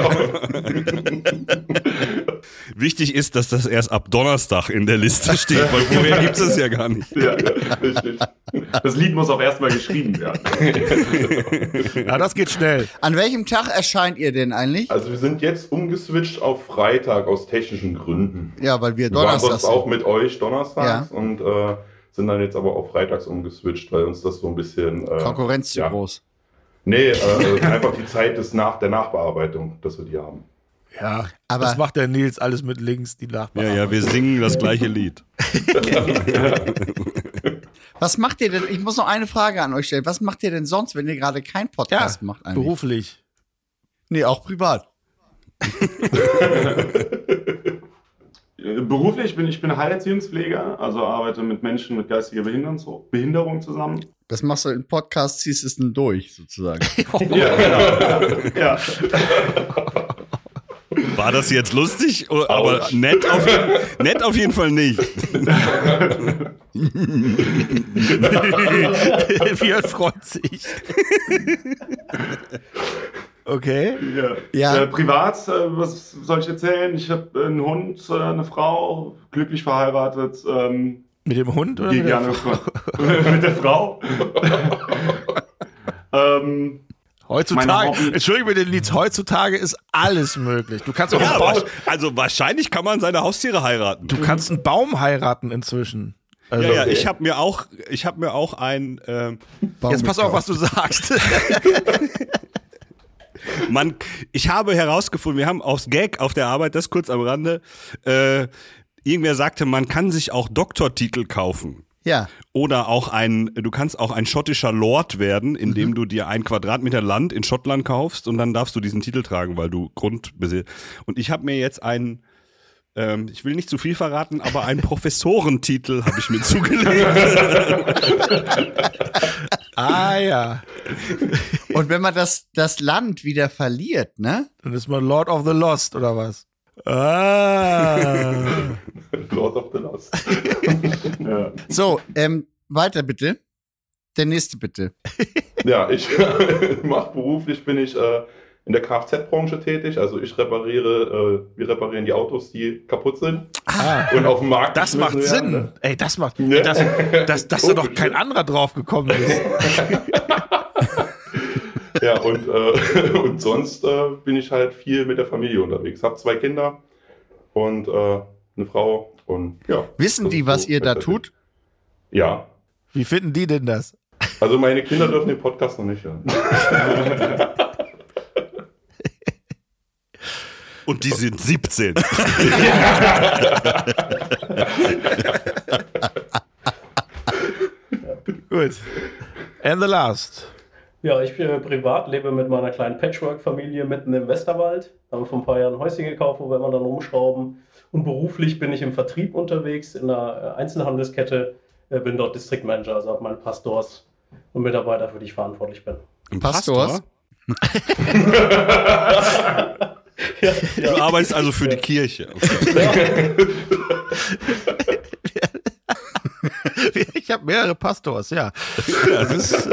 Wichtig ist, dass das erst ab Donnerstag in der Liste steht, weil vorher gibt es ja gar nicht. Ja, richtig. Das Lied muss auch erstmal geschrieben werden. Ja, das geht schnell. An welchem Tag erscheint ihr denn eigentlich? Also wir sind jetzt umgeswitcht auf Freitag aus technischen Gründen. Ja, weil wir Wir waren Donnerstag sonst auch mit euch donnerstags Ja. und sind dann jetzt aber auf freitags umgeswitcht, weil uns das so ein bisschen... Konkurrenz zu ja. groß. Nee, einfach die Zeit der Nachbearbeitung, dass wir die haben. Ja, Aber- das macht der Nils alles mit links, die Nachbarn. Ja, wir singen das gleiche Lied. Was macht ihr denn? Ich muss noch eine Frage an euch stellen. Was macht ihr denn sonst, wenn ihr gerade keinen Podcast macht? Eigentlich? Beruflich. Nee, auch privat. Beruflich ich bin Heilerziehungspfleger, also arbeite mit Menschen mit geistiger Behinderung zusammen. Das machst du im Podcast, ziehst es dann durch, sozusagen. Ja, genau. Ja. War das jetzt lustig? Aber nett auf jeden Fall nicht. Björn freut sich. Okay. Ja. Privat, was soll ich erzählen? Ich habe einen Hund, eine Frau, glücklich verheiratet. Mit dem Hund oder Gehe mit der gerne Frau? mit der Frau. Heutzutage, Meine Hobby- Entschuldigung bitte, Nils, heutzutage ist alles möglich. Du kannst auch Ja, einen Baum, also wahrscheinlich kann man seine Haustiere heiraten. du kannst einen Baum heiraten inzwischen. Also, Ja, ich habe mir auch ein jetzt pass auf, was du sagst. Ich habe herausgefunden, wir haben aufs Gag auf der Arbeit, das kurz am Rande, irgendwer sagte, man kann sich auch Doktortitel kaufen. Ja. Oder auch du kannst auch ein schottischer Lord werden, indem du dir 1 Quadratmeter Land in Schottland kaufst und dann darfst du diesen Titel tragen, weil du Grund besitzt. Und ich habe mir jetzt ich will nicht zu viel verraten, aber einen Professorentitel habe ich mir zugelegt. Ah ja. Und wenn man das Land wieder verliert, ne? Dann ist man Lord of the Lost, oder was? Ah. Lord of the Lost. Ja. So, weiter bitte. Der nächste bitte. Ja, beruflich bin ich in der Kfz-Branche tätig. Also wir reparieren die Autos, die kaputt sind und auf dem Markt Das macht geschmissen Sinn. werden, ne? Ey, das macht. Ja. Ey, dass da doch kein anderer drauf gekommen ist. Ja, und sonst bin ich halt viel mit der Familie unterwegs. Hab 2 Kinder und eine Frau und ja. Wissen das die, ist was so ihr da mit- tut? Ja. Wie finden die denn das? Also meine Kinder dürfen den Podcast noch nicht hören. Und die sind 17. Gut. And the last. Ja, ich privat lebe mit meiner kleinen Patchwork-Familie mitten im Westerwald. Da haben wir vor ein paar Jahren ein Häuschen gekauft, wo wir immer dann rumschrauben. Und beruflich bin ich im Vertrieb unterwegs, in einer Einzelhandelskette. Bin dort Distriktmanager, also habe meine Pastors und Mitarbeiter, für die ich verantwortlich bin. Ein Pastors? Ja, Du arbeitest also für die Kirche. Okay. Ich habe mehrere Pastors, ja. Das ist,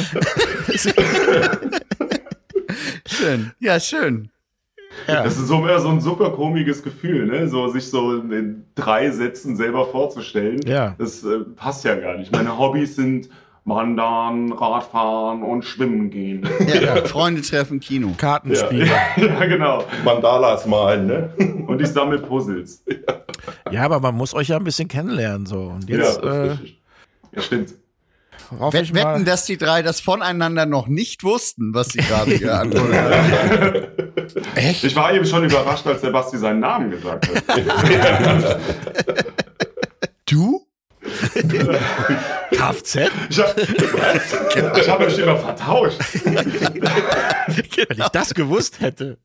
Schön. Ja, schön. ja. Das ist so mehr so ein super komisches Gefühl, ne? So sich so in 3 Sätzen selber vorzustellen. Ja. Das passt ja gar nicht. Meine Hobbys sind Wandern, Radfahren und Schwimmen gehen. Ja, Freunde treffen, Kino. Kartenspiele. Ja, genau. Mandalas malen, ne? Und ich sammle Puzzles. Ja, aber man muss euch ja ein bisschen kennenlernen. So. Und jetzt das ist richtig. Ja, stimmt. hoffe ich mal. Wetten, dass die 3 das voneinander noch nicht wussten, was sie gerade geantwortet haben. Echt? Ich war eben schon überrascht, als der Basti seinen Namen gesagt hat. Du? Kfz? Ich hab mich immer vertauscht. Wenn ich das gewusst hätte.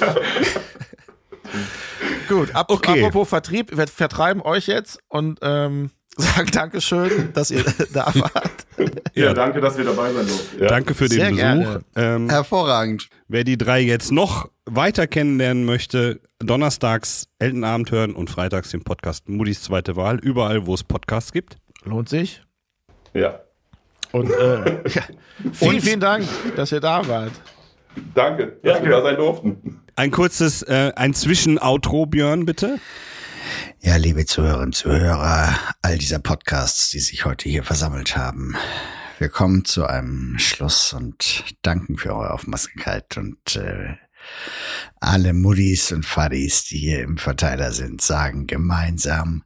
Gut, Okay. apropos Vertrieb, wir vertreiben euch jetzt und sagen Dankeschön, dass ihr da wart. Ja, danke, dass wir dabei sein durften. Ja. Danke für den Sehr Besuch. Hervorragend. Wer die 3 jetzt noch weiter kennenlernen möchte, donnerstags Eltenabend hören und freitags den Podcast Muddis zweite Wahl, überall, wo es Podcasts gibt. Lohnt sich. Ja. Und vielen Dank, dass ihr da wart. Danke, dass wir da sein durften. Ein kurzes, ein Zwischen-Outro, Björn, bitte. Ja, liebe Zuhörerinnen und Zuhörer all dieser Podcasts, die sich heute hier versammelt haben. Wir kommen zu einem Schluss und danken für eure Aufmerksamkeit und alle Muddis und Fadis, die hier im Verteiler sind, sagen gemeinsam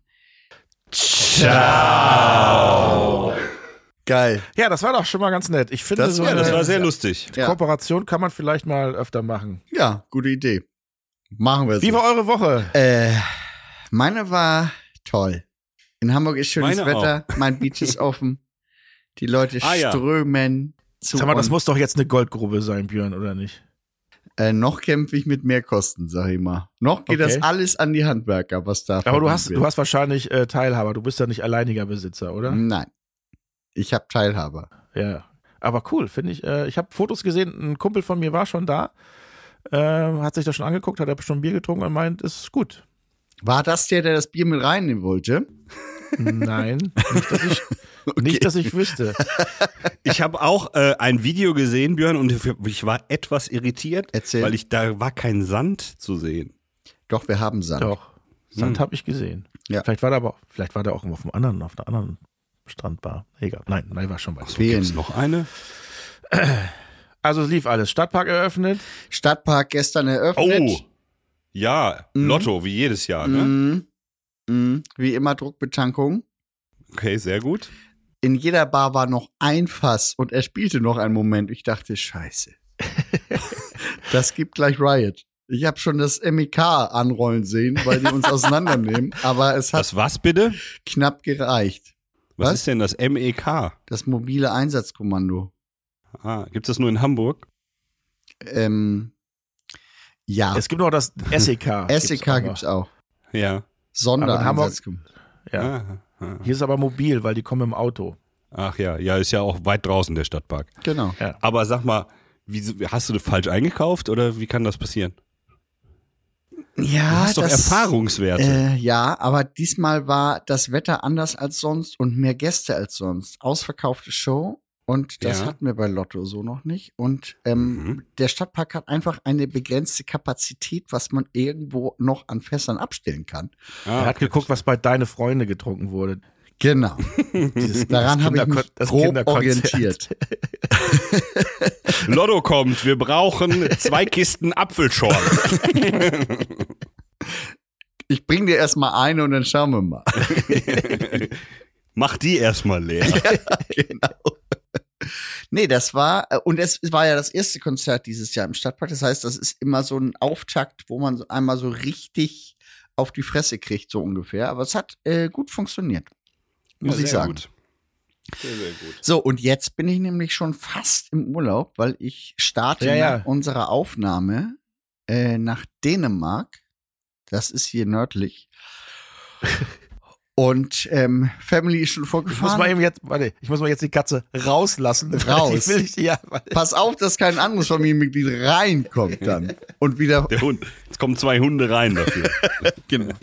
Ciao. Geil. Ja, das war doch schon mal ganz nett. Ich finde, Das- so ja, Das eine war sehr lustig. Ja. Kooperation kann man vielleicht mal öfter machen. Ja, gute Idee. Machen wir so. Wie war eure Woche? Meine war toll. In Hamburg ist schönes Meine Wetter, mein Beach ist offen. Die Leute Ja. strömen zu Sag mal, das uns. muss doch jetzt eine Goldgrube sein, Björn, oder nicht? Noch kämpfe ich mit Mehrkosten, sag ich mal. Noch geht Okay. das alles an die Handwerker, was da Aber du verdient hast wird. wahrscheinlich Teilhaber. Du bist ja nicht alleiniger Besitzer, oder? Nein. Ich habe Teilhaber. Ja. Aber cool, finde ich. Ich habe Fotos gesehen, ein Kumpel von mir war schon da, hat sich das schon angeguckt, hat schon ein Bier getrunken und meint, ist gut. War das der das Bier mit reinnehmen wollte? Nein, nicht, dass ich wüsste. Ich habe auch ein Video gesehen, Björn, und ich war etwas irritiert, Erzähl. weil da war kein Sand zu sehen. Doch, wir haben Sand. Doch, Sand habe ich gesehen. Ja. Vielleicht war der auch auf einer anderen Strandbar. Egal. Nein, war schon bei. Fehlen. Gibt's noch eine? Also es lief alles. Stadtpark eröffnet. Stadtpark gestern eröffnet. Oh, ja, Lotto, wie jedes Jahr, ne? Wie immer Druckbetankung. Okay, sehr gut. In jeder Bar war noch ein Fass und er spielte noch einen Moment. Ich dachte, scheiße. Das gibt gleich Riot. Ich habe schon das MEK anrollen sehen, weil die uns auseinandernehmen. Aber es hat Das was bitte? knapp gereicht. Was ist denn das MEK? Das mobile Einsatzkommando. Gibt es das nur in Hamburg? Ja. Es gibt noch das SEK. SEK gibt's auch. Ja. Sondereinsatzkommando. Ja. Ah. Hier ist aber mobil, weil die kommen im Auto. Ach ja, ist ja auch weit draußen der Stadtpark. Genau. Ja. Aber sag mal, hast du das falsch eingekauft oder wie kann das passieren? Du Ja, hast doch Erfahrungswerte. Ja, aber diesmal war das Wetter anders als sonst und mehr Gäste als sonst. Ausverkaufte Show und das Ja. hatten wir bei Lotto so noch nicht. Und der Stadtpark hat einfach eine begrenzte Kapazität, was man irgendwo noch an Fässern abstellen kann. Er hat geguckt, was bei Deine Freunde getrunken wurde. Genau. Daran habe ich mich das grob Kinderkonzert. orientiert. Lotto kommt, wir brauchen 2 Kisten Apfelschorle. Ich bring dir erstmal eine und dann schauen wir mal. Mach die erstmal leer. Genau. Nee, das war, und es war ja das erste Konzert dieses Jahr im Stadtpark. Das heißt, das ist immer so ein Auftakt, wo man so einmal so richtig auf die Fresse kriegt, so ungefähr. Aber es hat gut funktioniert, muss ich sagen. Gut. Sehr, sehr gut. So, und jetzt bin ich nämlich schon fast im Urlaub, weil ich starte Ja. nach unserer Aufnahme nach Dänemark. Das ist hier nördlich. Und Family ist schon Ich muss vorgefahren. mal jetzt die Katze rauslassen. Raus. Ich will nicht, ja, warte. Pass auf, dass kein anderes Familienmitglied reinkommt dann. Und wieder. Der Hund. Jetzt kommen 2 Hunde rein dafür. Genau.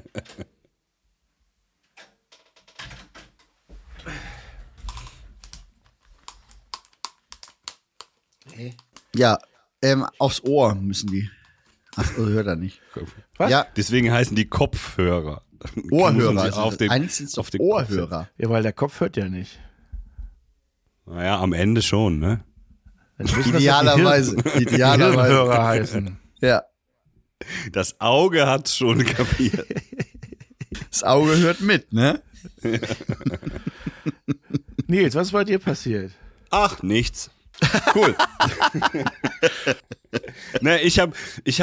Ja, aufs Ohr müssen die. Ach, hört er nicht. Was? Ja, Deswegen heißen die Kopfhörer. Ohrhörer. Müssen sie Also auf den, eigentlich sind es auf doch den Kopf Ohrhörer. Ja, weil der Kopf hört ja nicht. Naja, am Ende schon, ne? Dann müssen das ja Idealerweise. die Idealerweise. Hirnhörer heißen. Ja. Das Auge hat's schon kapiert. Das Auge hört mit, ne? Nils, was ist bei dir passiert? Ach, nichts. Cool. Ne, ich hab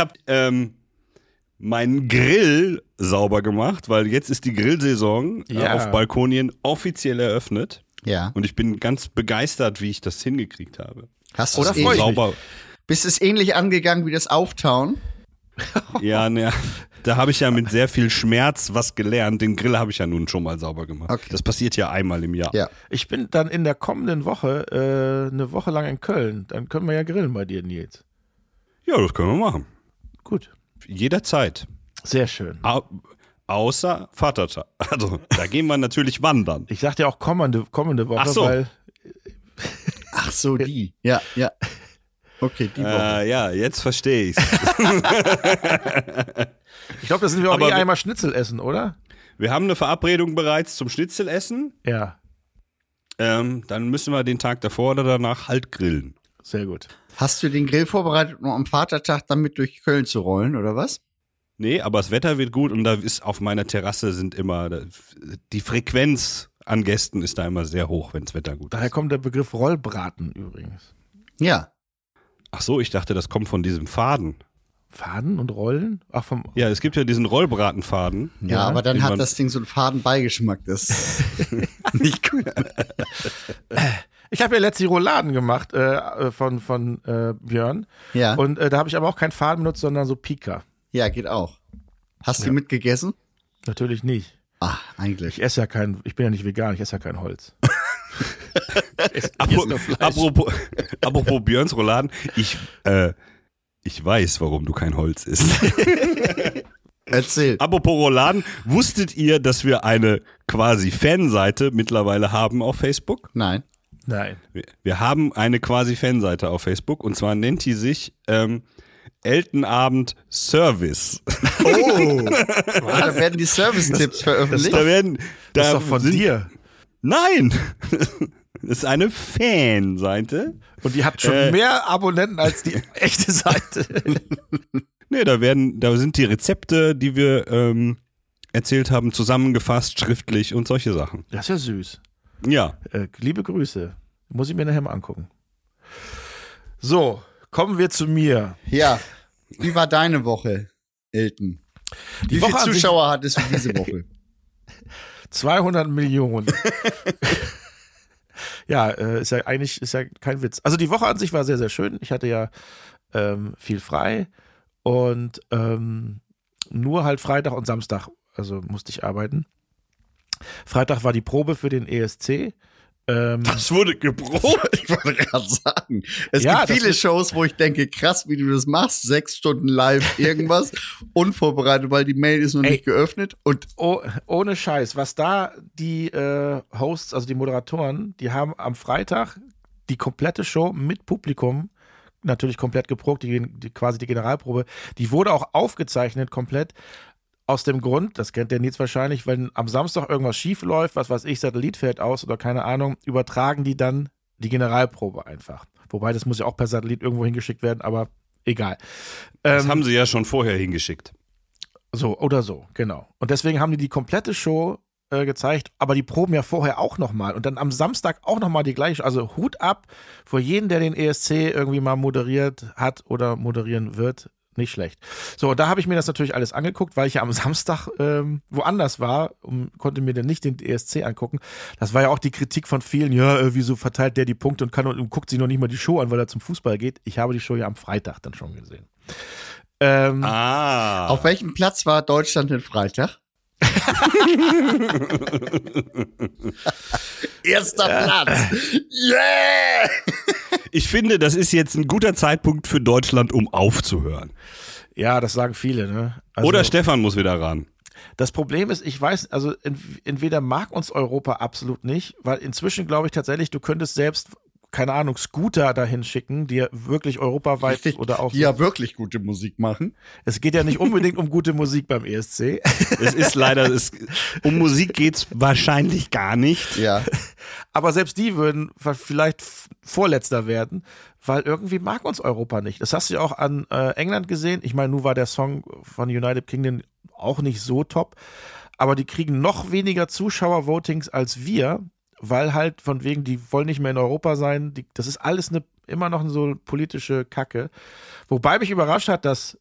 meinen Grill sauber gemacht, weil jetzt ist die Grillsaison Ja. auf Balkonien offiziell eröffnet. Ja. Und ich bin ganz begeistert, wie ich das hingekriegt habe. Hast du Oder es freu ich ähnlich? mich. Sauber. Bist es ähnlich angegangen wie das Auftauen? Ja, ne, da habe ich ja mit sehr viel Schmerz was gelernt. Den Grill habe ich ja nun schon mal sauber gemacht. Okay. Das passiert ja einmal im Jahr. Ja. Ich bin dann in der kommenden Woche eine Woche lang in Köln. Dann können wir ja grillen bei dir, Nils. Ja, das können wir machen. Gut. Jederzeit. Sehr schön. Außer Vatertag. Also, da gehen wir natürlich wandern. Ich sagte ja auch kommende Woche, Ach so. weil Ach so, die. Ja, ja. Okay, die Woche. Ja, jetzt verstehe ich's. ich glaube, da sind wir auch Aber einmal Schnitzel essen, oder? Wir haben eine Verabredung bereits zum Schnitzelessen. Ja, Dann müssen wir den Tag davor oder danach halt grillen. sehr gut. Hast du den Grill vorbereitet, um am Vatertag damit durch Köln zu rollen, oder was? Nee, aber das Wetter wird gut und da ist auf meiner Terrasse die Frequenz an Gästen ist da immer sehr hoch, wenn das Wetter gut Daher ist. kommt der Begriff Rollbraten übrigens. Ja. Ach so, ich dachte, das kommt von diesem Faden. Faden und Rollen? Ach, vom. Ja, es gibt ja diesen Rollbratenfaden. Ja, Ja, aber dann den hat man- das Ding so einen faden Beigeschmack. Das ist nicht gut. Ich habe ja letztlich Rouladen gemacht von Björn. Ja. Und da habe ich aber auch keinen Faden benutzt, sondern so Pika. Ja, geht auch. Hast du Ja. mitgegessen? Natürlich nicht. Ah, eigentlich. Ich bin ja nicht vegan, ich esse ja kein Holz. Apropos Björns Rouladen, ich weiß, warum du kein Holz isst. Erzähl. Apropos Rouladen, wusstet ihr, dass wir eine quasi Fanseite mittlerweile haben auf Facebook? Nein. Nein. Wir haben eine quasi Fanseite auf Facebook und zwar nennt die sich Eltenabend Service. Oh. Da werden die Service-Tipps veröffentlicht. Das ist doch von dir. Nein! Das ist eine Fanseite. Und die hat schon mehr Abonnenten als die echte Seite. Nee, da sind die Rezepte, die wir erzählt haben, zusammengefasst, schriftlich und solche Sachen. Das ist ja süß. Ja. Liebe Grüße. Muss ich mir nachher mal angucken. So, Kommen wir zu mir. Ja. Wie war deine Woche, Elton? Wie viele Zuschauer hattest du diese Woche? 200 Millionen. Ja, ist ja kein Witz. Also die Woche an sich war sehr, sehr schön. Ich hatte ja viel frei und nur halt Freitag und Samstag, also musste ich arbeiten. Freitag war die Probe für den ESC. Das wurde geprobt. Ich wollte gerade sagen, es gibt viele Shows, wo ich denke, krass, wie du das machst, 6 Stunden live irgendwas, unvorbereitet, weil die Mail ist noch nicht geöffnet. Und ohne Scheiß, was da die Hosts, also die Moderatoren, die haben am Freitag die komplette Show mit Publikum, natürlich komplett geprobt, quasi die Generalprobe, die wurde auch aufgezeichnet komplett. Aus dem Grund, das kennt der Nils wahrscheinlich, wenn am Samstag irgendwas schief läuft, was weiß ich, Satellit fällt aus oder keine Ahnung, übertragen die dann die Generalprobe einfach. Wobei, das muss ja auch per Satellit irgendwo hingeschickt werden, aber egal. Das haben sie ja schon vorher hingeschickt. So, oder so, genau. Und deswegen haben die komplette Show gezeigt, aber die proben ja vorher auch nochmal. Und dann am Samstag auch nochmal die gleiche. Also Hut ab vor jeden, der den ESC irgendwie mal moderiert hat oder moderieren wird. Nicht schlecht. So, und da habe ich mir das natürlich alles angeguckt, weil ich ja am Samstag woanders war und konnte mir dann nicht den ESC angucken. Das war ja auch die Kritik von vielen, ja, wieso verteilt der die Punkte und guckt sich noch nicht mal die Show an, weil er zum Fußball geht. Ich habe die Show ja am Freitag dann schon gesehen. Auf welchem Platz war Deutschland denn Freitag? Erster Platz. Yeah! Ich finde, das ist jetzt ein guter Zeitpunkt für Deutschland, um aufzuhören. Ja, das sagen viele, ne? Also, oder Stefan muss wieder ran. Das Problem ist, ich weiß, also entweder mag uns Europa absolut nicht, weil inzwischen glaube ich tatsächlich, du könntest selbst, keine Ahnung, Scooter dahin schicken, die ja wirklich europaweit oder auch. Die ja wirklich gute Musik machen. Es geht ja nicht unbedingt um gute Musik beim ESC. Es ist leider, um Musik geht's wahrscheinlich gar nicht. Ja. Aber selbst die würden vielleicht Vorletzter werden, weil irgendwie mag uns Europa nicht. Das hast du ja auch an England gesehen. Ich meine, nun war der Song von United Kingdom auch nicht so top, aber die kriegen noch weniger Zuschauer-Votings als wir, weil halt von wegen, die wollen nicht mehr in Europa sein. Das ist alles immer noch so politische Kacke. Wobei mich überrascht hat, dass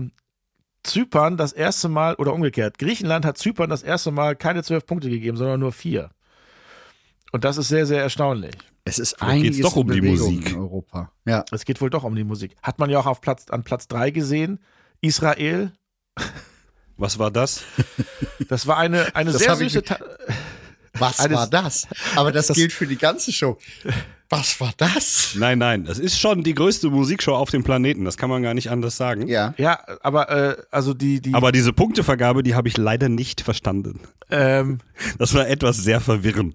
Zypern das erste Mal, oder umgekehrt, Griechenland hat Zypern das erste Mal keine 12 Punkte gegeben, sondern nur 4. Und das ist sehr, sehr erstaunlich. Es ist eigentlich einiges doch um die Bewegung Musik in Europa. Ja. Es geht wohl doch um die Musik. Hat man ja auch an Platz 3 gesehen. Israel. Was war das? Das war eine Das sehr hab ich süße... Was war das? Aber das gilt für die ganze Show. Was war das? Nein, das ist schon die größte Musikshow auf dem Planeten. Das kann man gar nicht anders sagen. Ja. Ja, aber also die... Aber diese Punktevergabe, die habe ich leider nicht verstanden. Das war etwas sehr verwirrend.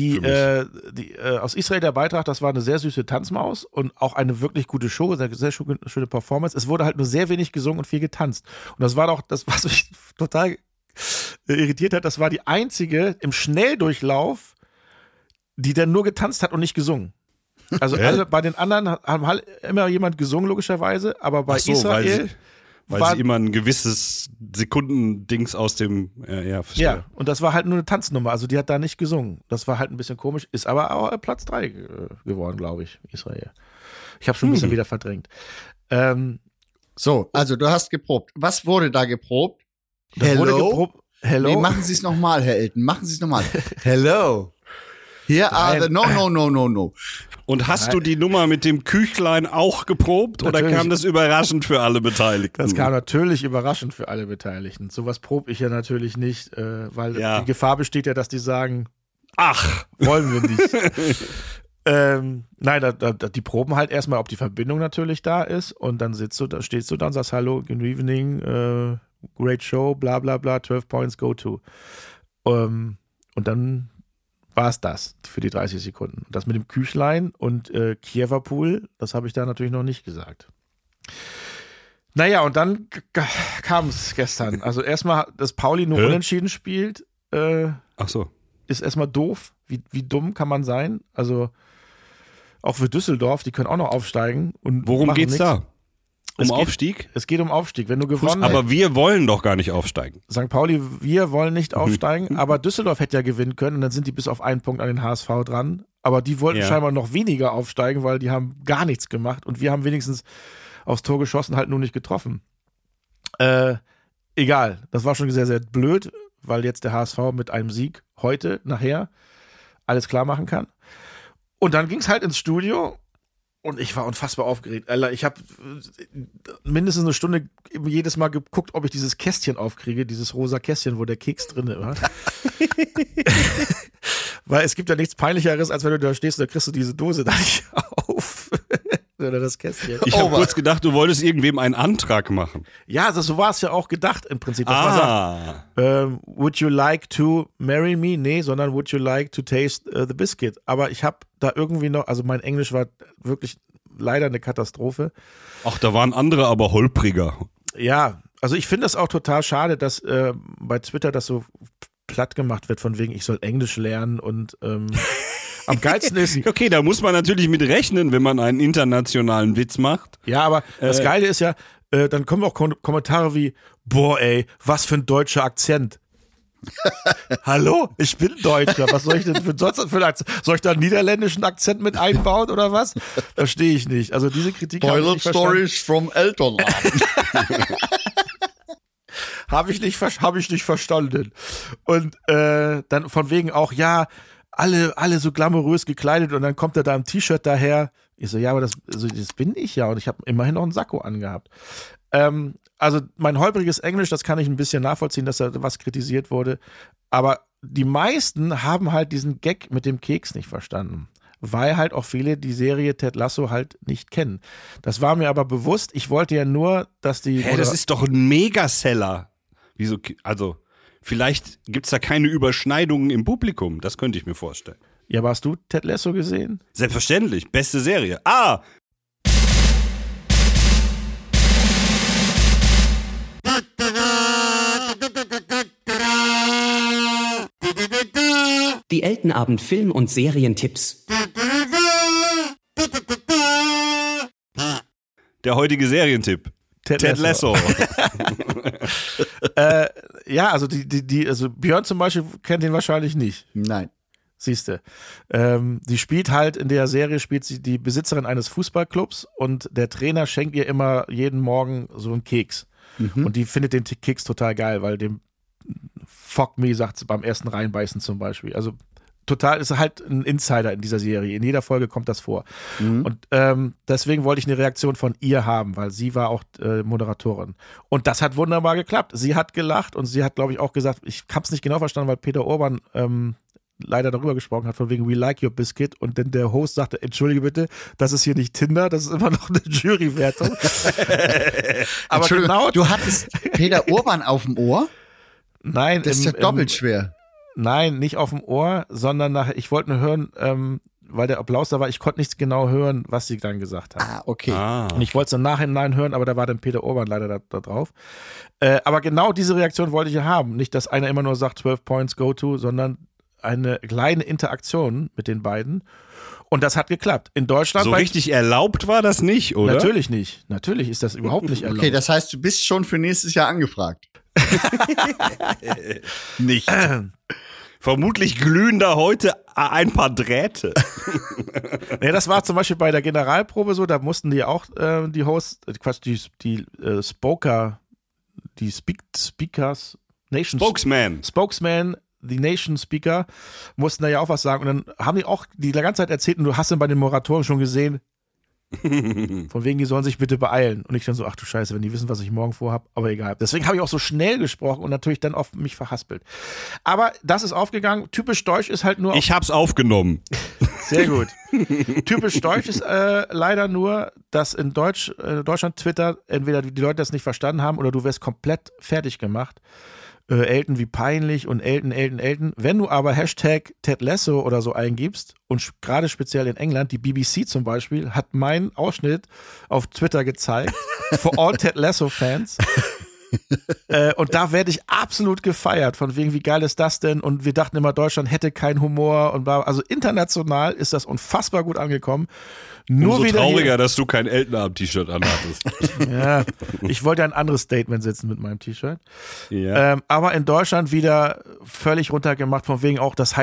Aus Israel der Beitrag, das war eine sehr süße Tanzmaus und auch eine wirklich gute Show, eine sehr schöne Performance. Es wurde halt nur sehr wenig gesungen und viel getanzt. Und das war doch das, was mich total irritiert hat. Das war die einzige im Schnelldurchlauf, die dann nur getanzt hat und nicht gesungen. Also alle bei den anderen haben halt immer jemand gesungen, logischerweise, aber bei Israel... Weil sie immer ein gewisses Sekundendings aus dem, verstehe. Ja, und das war halt nur eine Tanznummer, also die hat da nicht gesungen. Das war halt ein bisschen komisch, ist aber auch Platz 3 geworden, glaube ich, Israel. Ich habe schon ein bisschen wieder verdrängt. So, also du hast geprobt. Was wurde da geprobt? Hello? Nee, machen Sie es nochmal, Herr Elton, machen Sie es nochmal. Hello. Here are the... No. Und hast du die Nummer mit dem Küchlein auch geprobt Natürlich. oder kam das überraschend für alle Beteiligten? Das kam natürlich überraschend für alle Beteiligten. Sowas probe ich ja natürlich nicht, weil die Gefahr besteht ja, dass die sagen, ach, wollen wir nicht. Nein, die proben halt erstmal, ob die Verbindung natürlich da ist und dann stehst du da und sagst, hallo, good evening, great show, bla bla bla, 12 points, go to. Und dann war es das für die 30 Sekunden. Das mit dem Küchlein und Kiewerpool, das habe ich da natürlich noch nicht gesagt. Naja, und dann kam es gestern. Also erstmal, dass Pauli nur unentschieden spielt, Ach so. ist erstmal doof. Wie dumm kann man sein? Also auch für Düsseldorf, die können auch noch aufsteigen. Und worum geht's nix. da? Aufstieg? Es geht um Aufstieg. Wenn du gewonnen Aber wir wollen doch gar nicht aufsteigen. St. Pauli, wir wollen nicht aufsteigen, aber Düsseldorf hätte ja gewinnen können und dann sind die bis auf einen Punkt an den HSV dran. Aber die wollten scheinbar noch weniger aufsteigen, weil die haben gar nichts gemacht und wir haben wenigstens aufs Tor geschossen, halt nur nicht getroffen. Egal, das war schon sehr, sehr blöd, weil jetzt der HSV mit einem Sieg heute, nachher, alles klar machen kann. Und dann ging es halt ins Studio und ich war unfassbar aufgeregt. Alter, ich habe mindestens eine Stunde jedes Mal geguckt, ob ich dieses Kästchen aufkriege, dieses rosa Kästchen, wo der Keks drin war. Weil es gibt ja nichts Peinlicheres, als wenn du da stehst und da kriegst du diese Dose da nicht auf. Oder das Kästchen. Ich habe kurz gedacht, du wolltest irgendwem einen Antrag machen. Ja, so war es ja auch gedacht im Prinzip. Das war so, would you like to marry me? Nee, sondern would you like to taste the biscuit? Aber ich habe da irgendwie noch, also mein Englisch war wirklich leider eine Katastrophe. Ach, da waren andere aber holpriger. Ja, also ich finde es auch total schade, dass bei Twitter das so platt gemacht wird, von wegen, ich soll Englisch lernen und am geilsten ist... Okay, da muss man natürlich mit rechnen, wenn man einen internationalen Witz macht. Ja, aber das Geile ist ja, dann kommen auch Kommentare wie, boah ey, was für ein deutscher Akzent. Hallo, ich bin Deutscher, was soll ich denn sonst für einen Akzent? Soll ich da einen niederländischen Akzent mit einbauen oder was? Verstehe ich nicht. Also diese Kritik habe ich nicht verstanden. Stories from Elternabend. Habe ich nicht verstanden. Und dann von wegen auch, ja, alle so glamourös gekleidet und dann kommt er da im T-Shirt daher. Ich so, ja, aber das bin ich ja und ich habe immerhin noch einen Sakko angehabt. Also mein holpriges Englisch, das kann ich ein bisschen nachvollziehen, dass da was kritisiert wurde. Aber die meisten haben halt diesen Gag mit dem Keks nicht verstanden. Weil halt auch viele die Serie Ted Lasso halt nicht kennen. Das war mir aber bewusst. Ich wollte ja nur, dass die... das ist doch ein Megaseller. Wieso? Also, vielleicht gibt es da keine Überschneidungen im Publikum. Das könnte ich mir vorstellen. Ja, aber hast du Ted Lasso gesehen? Selbstverständlich. Beste Serie. Die Eltenabend Film- und Serientipps. Der heutige Serientipp. Ted Lasso. Ja, also also Björn zum Beispiel kennt ihn wahrscheinlich nicht. Nein. Siehste. Die spielt halt, in der Serie spielt sie die Besitzerin eines Fußballclubs und der Trainer schenkt ihr immer jeden Morgen so einen Keks. Und die findet den Keks total geil, weil dem Fuck me, sagt sie beim ersten Reinbeißen zum Beispiel. Also total, ist halt ein Insider in dieser Serie. In jeder Folge kommt das vor. Und deswegen wollte ich eine Reaktion von ihr haben, weil sie war auch Moderatorin. Und das hat wunderbar geklappt. Sie hat gelacht und sie hat, glaube ich, auch gesagt, ich habe es nicht genau verstanden, weil Peter Orban leider darüber gesprochen hat, von wegen We like your biscuit. Und dann der Host sagte, entschuldige bitte, das ist hier nicht Tinder, das ist immer noch eine Jurywertung. Aber genau, du hattest Peter Orban auf dem Ohr? Nein. Das ist ja doppelt schwer. Nein, nicht auf dem Ohr, sondern nachher, ich wollte nur hören, weil der Applaus da war, ich konnte nichts genau hören, was sie dann gesagt hat. Okay. Und ich wollte es im Nachhinein hören, aber da war dann Peter Orban leider da drauf. Aber genau diese Reaktion wollte ich ja haben. Nicht, dass einer immer nur sagt, 12 Points, go to, sondern eine kleine Interaktion mit den beiden. Und das hat geklappt. In Deutschland. So richtig erlaubt war das nicht, oder? Natürlich nicht. Natürlich ist das überhaupt nicht erlaubt. Okay, das heißt, du bist schon für nächstes Jahr angefragt. Nicht. Vermutlich glühen da heute ein paar Drähte. Ja, das war zum Beispiel bei der Generalprobe so, da mussten die auch die Hosts, die Spoker, die Speakers, Spokesman, die Nation Speaker, mussten da ja auch was sagen. Und dann haben die auch die ganze Zeit erzählt, und du hast dann bei den Moderatoren schon gesehen, von wegen, die sollen sich bitte beeilen. Und ich dann so, ach du Scheiße, wenn die wissen, was ich morgen vorhab, aber egal. Deswegen habe ich auch so schnell gesprochen und natürlich dann auf mich verhaspelt. Aber das ist aufgegangen. Typisch deutsch ist halt nur... Ich hab's aufgenommen. Sehr gut. Typisch deutsch ist leider nur, dass in Deutschland Twitter entweder die Leute das nicht verstanden haben oder du wirst komplett fertig gemacht. Elton wie peinlich und Elton. Wenn du aber Hashtag Ted Lasso oder so eingibst und gerade speziell in England, die BBC zum Beispiel, hat meinen Ausschnitt auf Twitter gezeigt, for all Ted Lasso Fans. Und da werde ich absolut gefeiert, von wegen, wie geil ist das denn? Und wir dachten immer, Deutschland hätte keinen Humor und bla. Also international ist das unfassbar gut angekommen. Nur Umso wieder trauriger, dass du kein Eltenabend-T-Shirt anhattest. Ja, ich wollte ein anderes Statement setzen mit meinem T-Shirt. Ja. Aber in Deutschland wieder völlig runtergemacht, von wegen auch, das heißt nicht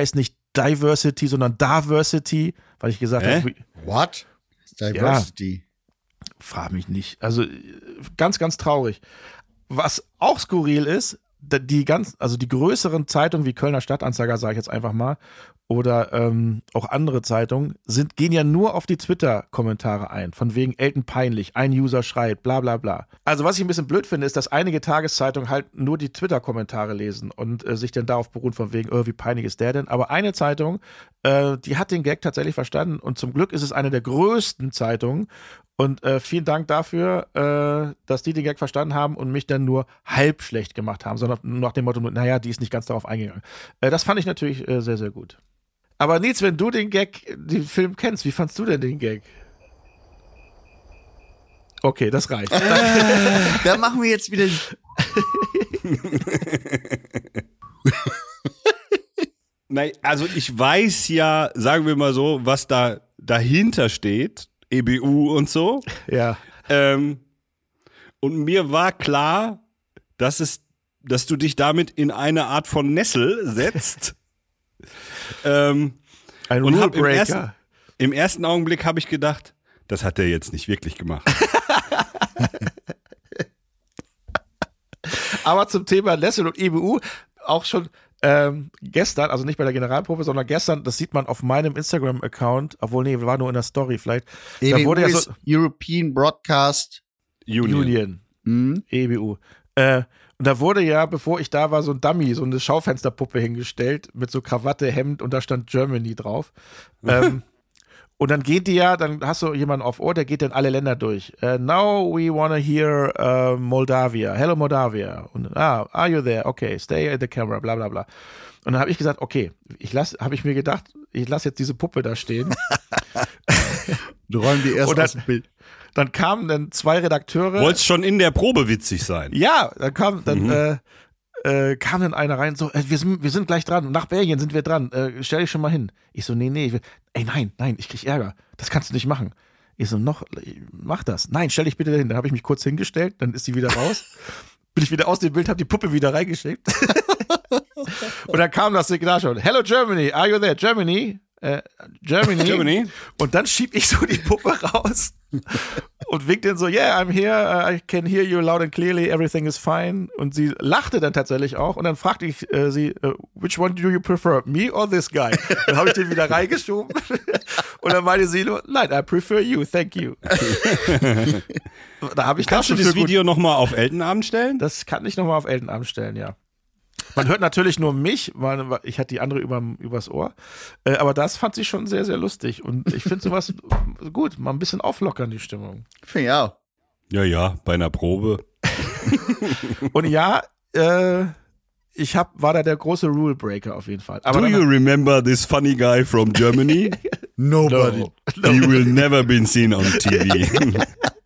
Diversity, sondern Diversity, weil ich gesagt habe, What? Diversity. Frag mich nicht. Also ganz, ganz traurig. Was auch skurril ist, die größeren Zeitungen wie Kölner Stadtanzeiger, sage ich jetzt einfach mal, oder auch andere Zeitungen, gehen ja nur auf die Twitter-Kommentare ein, von wegen Elton peinlich, ein User schreit, bla bla bla. Also was ich ein bisschen blöd finde, ist, dass einige Tageszeitungen halt nur die Twitter-Kommentare lesen und sich dann darauf beruhen, von wegen, wie peinlich ist der denn? Aber eine Zeitung, die hat den Gag tatsächlich verstanden und zum Glück ist es eine der größten Zeitungen. Und vielen Dank dafür, dass die den Gag verstanden haben und mich dann nur halb schlecht gemacht haben, sondern nach dem Motto, naja, die ist nicht ganz darauf eingegangen. Das fand ich natürlich sehr, sehr gut. Aber Nils, wenn du den Film kennst, wie fandst du denn den Gag? Okay, das reicht. Da machen wir jetzt wieder... Nein, also ich weiß ja, sagen wir mal so, was da dahinter steht. EBU und so. Ja. Und mir war klar, dass du dich damit in eine Art von Nessel setzt. Ein Rulebreaker. Im ersten Augenblick habe ich gedacht, das hat er jetzt nicht wirklich gemacht. Aber zum Thema Nessel und EBU auch schon gestern, also nicht bei der Generalprobe, sondern gestern, das sieht man auf meinem Instagram-Account, obwohl, nee, war nur in der Story vielleicht. EBU da wurde ja ist European Broadcast Union. EBU. Und da wurde ja, bevor ich da war, so ein Dummy, so eine Schaufensterpuppe hingestellt mit so Krawatte, Hemd und da stand Germany drauf. Und dann geht die ja, dann hast du jemanden auf Ohr, der geht dann alle Länder durch. Now we wanna hear Moldavia. Hello Moldavia. Und are you there? Okay, stay at the camera, bla bla bla. Und dann habe ich gesagt, okay, ich lasse jetzt diese Puppe da stehen. Du räumst die erst aus dem Bild. Dann kamen dann 2 Redakteure. Wollt's schon in der Probe witzig sein? Ja, dann kam dann einer rein, so, wir sind gleich dran, nach Belgien sind wir dran, stell dich schon mal hin. Ich so, nee, nein, ich krieg Ärger, das kannst du nicht machen. Ich so, mach das. Nein, stell dich bitte dahin. Dann habe ich mich kurz hingestellt, dann ist sie wieder raus. Bin ich wieder aus dem Bild, habe die Puppe wieder reingeschickt. Und dann kam das Signal schon, Hello Germany, are you there? Germany? Germany. Und dann schieb ich so die Puppe raus und wink dann so, yeah, I'm here, I can hear you loud and clearly, everything is fine. Und sie lachte dann tatsächlich auch und dann fragte ich sie, which one do you prefer, me or this guy? Dann habe ich den wieder reingeschoben und dann meinte sie nur, nein, I prefer you, thank you. Da habe ich Kannst du das Video nochmal auf Eltenabend stellen? Das kann ich nochmal auf Eltenabend stellen, ja. Man hört natürlich nur mich, weil ich hatte die andere übers Ohr. Aber das fand sie schon sehr, sehr lustig. Und ich finde sowas gut, mal ein bisschen auflockern, die Stimmung. Finde ich auch. Ja, bei einer Probe. Und ja, war da der große Rule-Breaker auf jeden Fall. Aber Do you remember this funny guy from Germany? Nobody. No. He will never be seen on TV.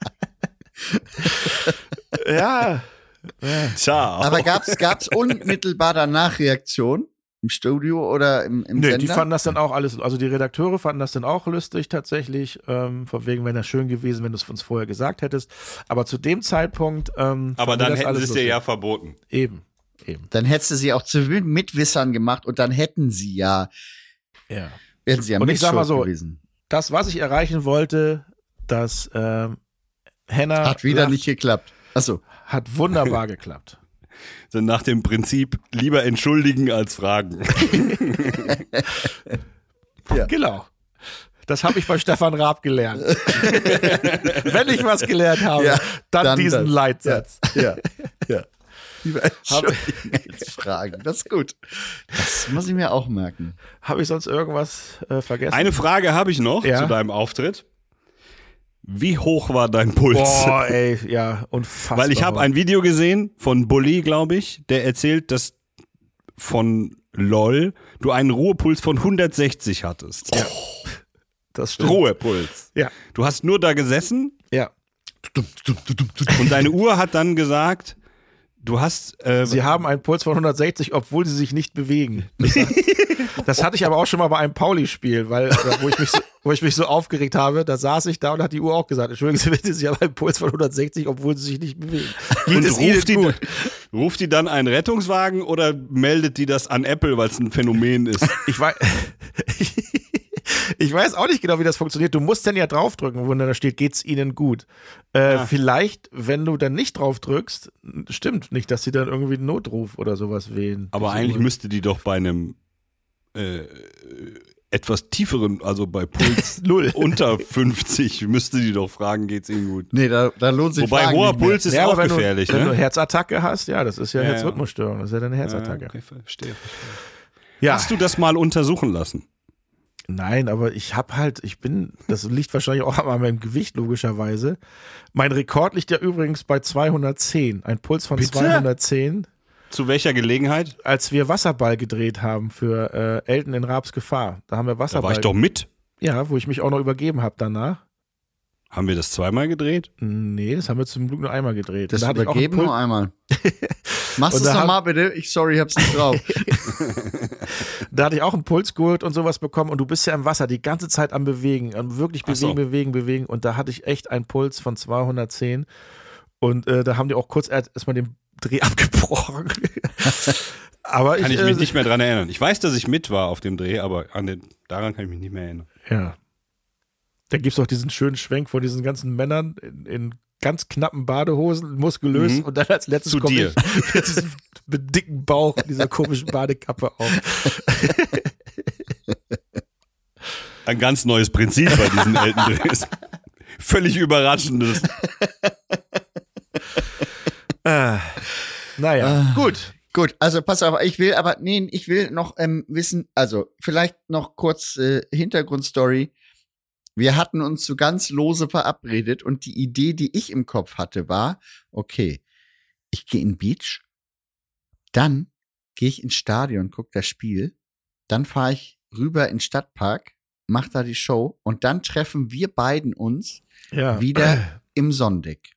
Ja. Ciao. Aber gab's unmittelbar danach Reaktion im Studio oder im Sender? Die fanden das dann auch alles, also die Redakteure fanden das dann auch lustig tatsächlich, von wegen, wenn das schön gewesen, wenn du es uns vorher gesagt hättest. Aber zu dem Zeitpunkt aber dann hätten sie es dir ja verboten. Eben. Dann hättest du sie auch zu Mitwissern gemacht und dann hätten sie ja wären sie ja und ich sag mal so, gewesen. Das, was ich erreichen wollte, dass Henna hat wieder nicht geklappt. Achso. Hat wunderbar geklappt. So nach dem Prinzip, lieber entschuldigen als fragen. Ja. Genau. Das habe ich bei Stefan Raab gelernt. Wenn ich was gelernt habe, dann diesen Leitsatz. Ja. Lieber entschuldigen als fragen. Das ist gut. Das muss ich mir auch merken. Habe ich sonst irgendwas vergessen? Eine Frage habe ich noch zu deinem Auftritt. Wie hoch war dein Puls? Boah, ey, ja, unfassbar. Weil ich habe ein Video gesehen von Bulli, glaube ich, der erzählt, dass von LOL du einen Ruhepuls von 160 hattest. Ja, das stimmt. Ruhepuls. Ja. Du hast nur da gesessen. Ja. Und deine Uhr hat dann gesagt, Du hast. Sie haben einen Puls von 160, obwohl sie sich nicht bewegen. Das hatte ich aber auch schon mal bei einem Pauli-Spiel, wo ich mich so aufgeregt habe, da saß ich da und hat die Uhr auch gesagt, entschuldigen Sie bitte, Sie haben einen Puls von 160, obwohl sie sich nicht bewegen. Und ruft die dann einen Rettungswagen oder meldet die das an Apple, weil es ein Phänomen ist? Ich weiß auch nicht genau, wie das funktioniert. Du musst dann ja draufdrücken, wo da steht, geht's Ihnen gut. Vielleicht, wenn du dann nicht drauf drückst, stimmt nicht, dass sie dann irgendwie einen Notruf oder sowas wählen. Aber eigentlich müsste die doch bei einem etwas tieferen, also bei Puls 0 unter 50, müsste die doch fragen, geht's Ihnen gut? Nee, da lohnt sich Wobei Fragen hoher nicht mehr. Puls ist auch gefährlich, wenn ne? du Herzattacke hast, ja, das ist ja Ja, Herzrhythmusstörung, das ist ja deine Herzattacke. Okay, verstehe. Ja. Hast du das mal untersuchen lassen? Nein, aber das liegt wahrscheinlich auch an meinem Gewicht, logischerweise. Mein Rekord liegt ja übrigens bei 210, ein Puls von 210. Zu welcher Gelegenheit? Als wir Wasserball gedreht haben für Elton in Raabs Gefahr. Da haben wir Wasserball. Da war ich doch mit. Ja, wo ich mich auch noch übergeben habe danach. Haben wir das zweimal gedreht? Nee, das haben wir zum Glück nur einmal gedreht. Das da hatte ich auch einen übergeben nur einmal. Machst du es nochmal bitte? Ich hab's nicht drauf. Da hatte ich auch einen Pulsgurt und sowas bekommen und du bist ja im Wasser die ganze Zeit am Bewegen, am wirklich bewegen und da hatte ich echt einen Puls von 210 und da haben die auch kurz erstmal den Dreh abgebrochen. Aber kann ich mich nicht mehr dran erinnern. Ich weiß, dass ich mit war auf dem Dreh, aber daran kann ich mich nicht mehr erinnern. Ja. Da gibt es auch diesen schönen Schwenk von diesen ganzen Männern in ganz knappen Badehosen, muskulös und dann als letztes komme ich mit diesem dicken Bauch und dieser komischen Badekappe auf. Ein ganz neues Prinzip bei diesen Eltern-Drehs. Völlig überraschendes. Gut. Gut, also pass auf, ich will noch wissen, also vielleicht noch kurz Hintergrundstory. Wir hatten uns so ganz lose verabredet und die Idee, die ich im Kopf hatte, war, okay, ich gehe in den Beach, dann gehe ich ins Stadion, gucke das Spiel, dann fahre ich rüber in den Stadtpark, mach da die Show und dann treffen wir beiden uns wieder im Sonnendeck.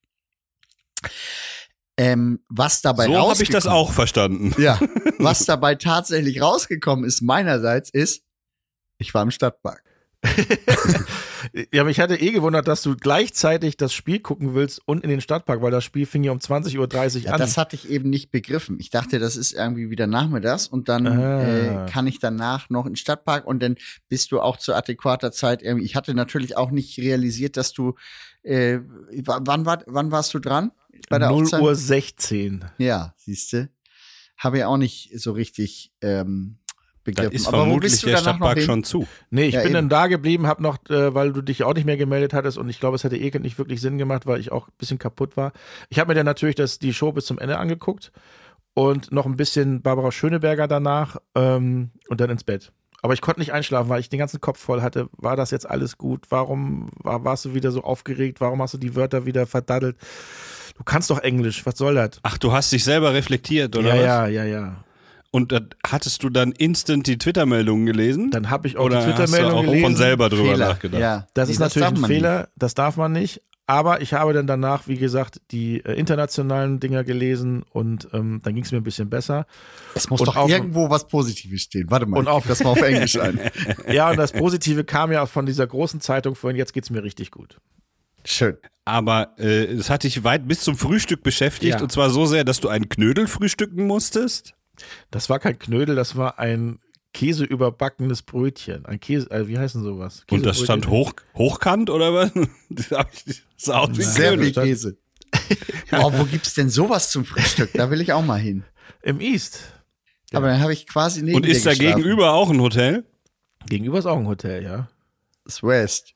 Was dabei so habe ich das auch verstanden. Ja, was dabei tatsächlich rausgekommen ist meinerseits ist, ich war im Stadtpark. Ja, mich hatte gewundert, dass du gleichzeitig das Spiel gucken willst und in den Stadtpark, weil das Spiel fing ja um 20:30 Uhr an. Das hatte ich eben nicht begriffen. Ich dachte, das ist irgendwie wieder nachmittags und dann kann ich danach noch in den Stadtpark und dann bist du auch zu adäquater Zeit irgendwie. Ich hatte natürlich auch nicht realisiert, dass du wann warst du dran? Bei der 0:16 Uhr. Ja, siehste. Habe ich auch nicht so richtig begriffen. Da ist aber vermutlich wo bist du der danach Stadtpark noch hin? schon zu. Nee, ich bin eben. dann da geblieben, hab noch, weil du dich auch nicht mehr gemeldet hattest und ich glaube, es hätte nicht wirklich Sinn gemacht, weil ich auch ein bisschen kaputt war. Ich habe mir dann natürlich die Show bis zum Ende angeguckt und noch ein bisschen Barbara Schöneberger danach und dann ins Bett. Aber ich konnte nicht einschlafen, weil ich den ganzen Kopf voll hatte. War das jetzt alles gut? Warum warst du wieder so aufgeregt? Warum hast du die Wörter wieder verdaddelt? Du kannst doch Englisch, was soll das? Ach, du hast dich selber reflektiert, oder was? Ja. Und hattest du dann instant die Twitter-Meldungen gelesen? Dann habe ich auch oder die Twitter-Meldung gelesen. Von selber drüber Fehler. nachgedacht? Ja. Das ist natürlich ein darf man Fehler, das darf man nicht. Aber ich habe dann danach, wie gesagt, die internationalen Dinger gelesen und dann ging es mir ein bisschen besser. Es muss Und doch auch- irgendwo was Positives stehen. Warte mal, Und auch- ich geb das mal auf Englisch ein. Ja, und das Positive kam ja von dieser großen Zeitung vorhin, jetzt geht's mir richtig gut. Schön. Aber es hat dich weit bis zum Frühstück beschäftigt Ja. und zwar so sehr, dass du einen Knödel frühstücken musstest? Das war kein Knödel, das war ein käseüberbackenes Brötchen. Ein Käse, wie heißt denn sowas? Und das stand hochkant oder was? Das sah aus wie ein Sehr Knödel. viel Käse. Oh, wo gibt's denn sowas zum Frühstück? Da will ich auch mal hin. Im East. Aber dann habe ich quasi neben Und ist dir da geschlafen. gegenüber auch ein Hotel? Gegenüber ist auch ein Hotel, ja. Das West.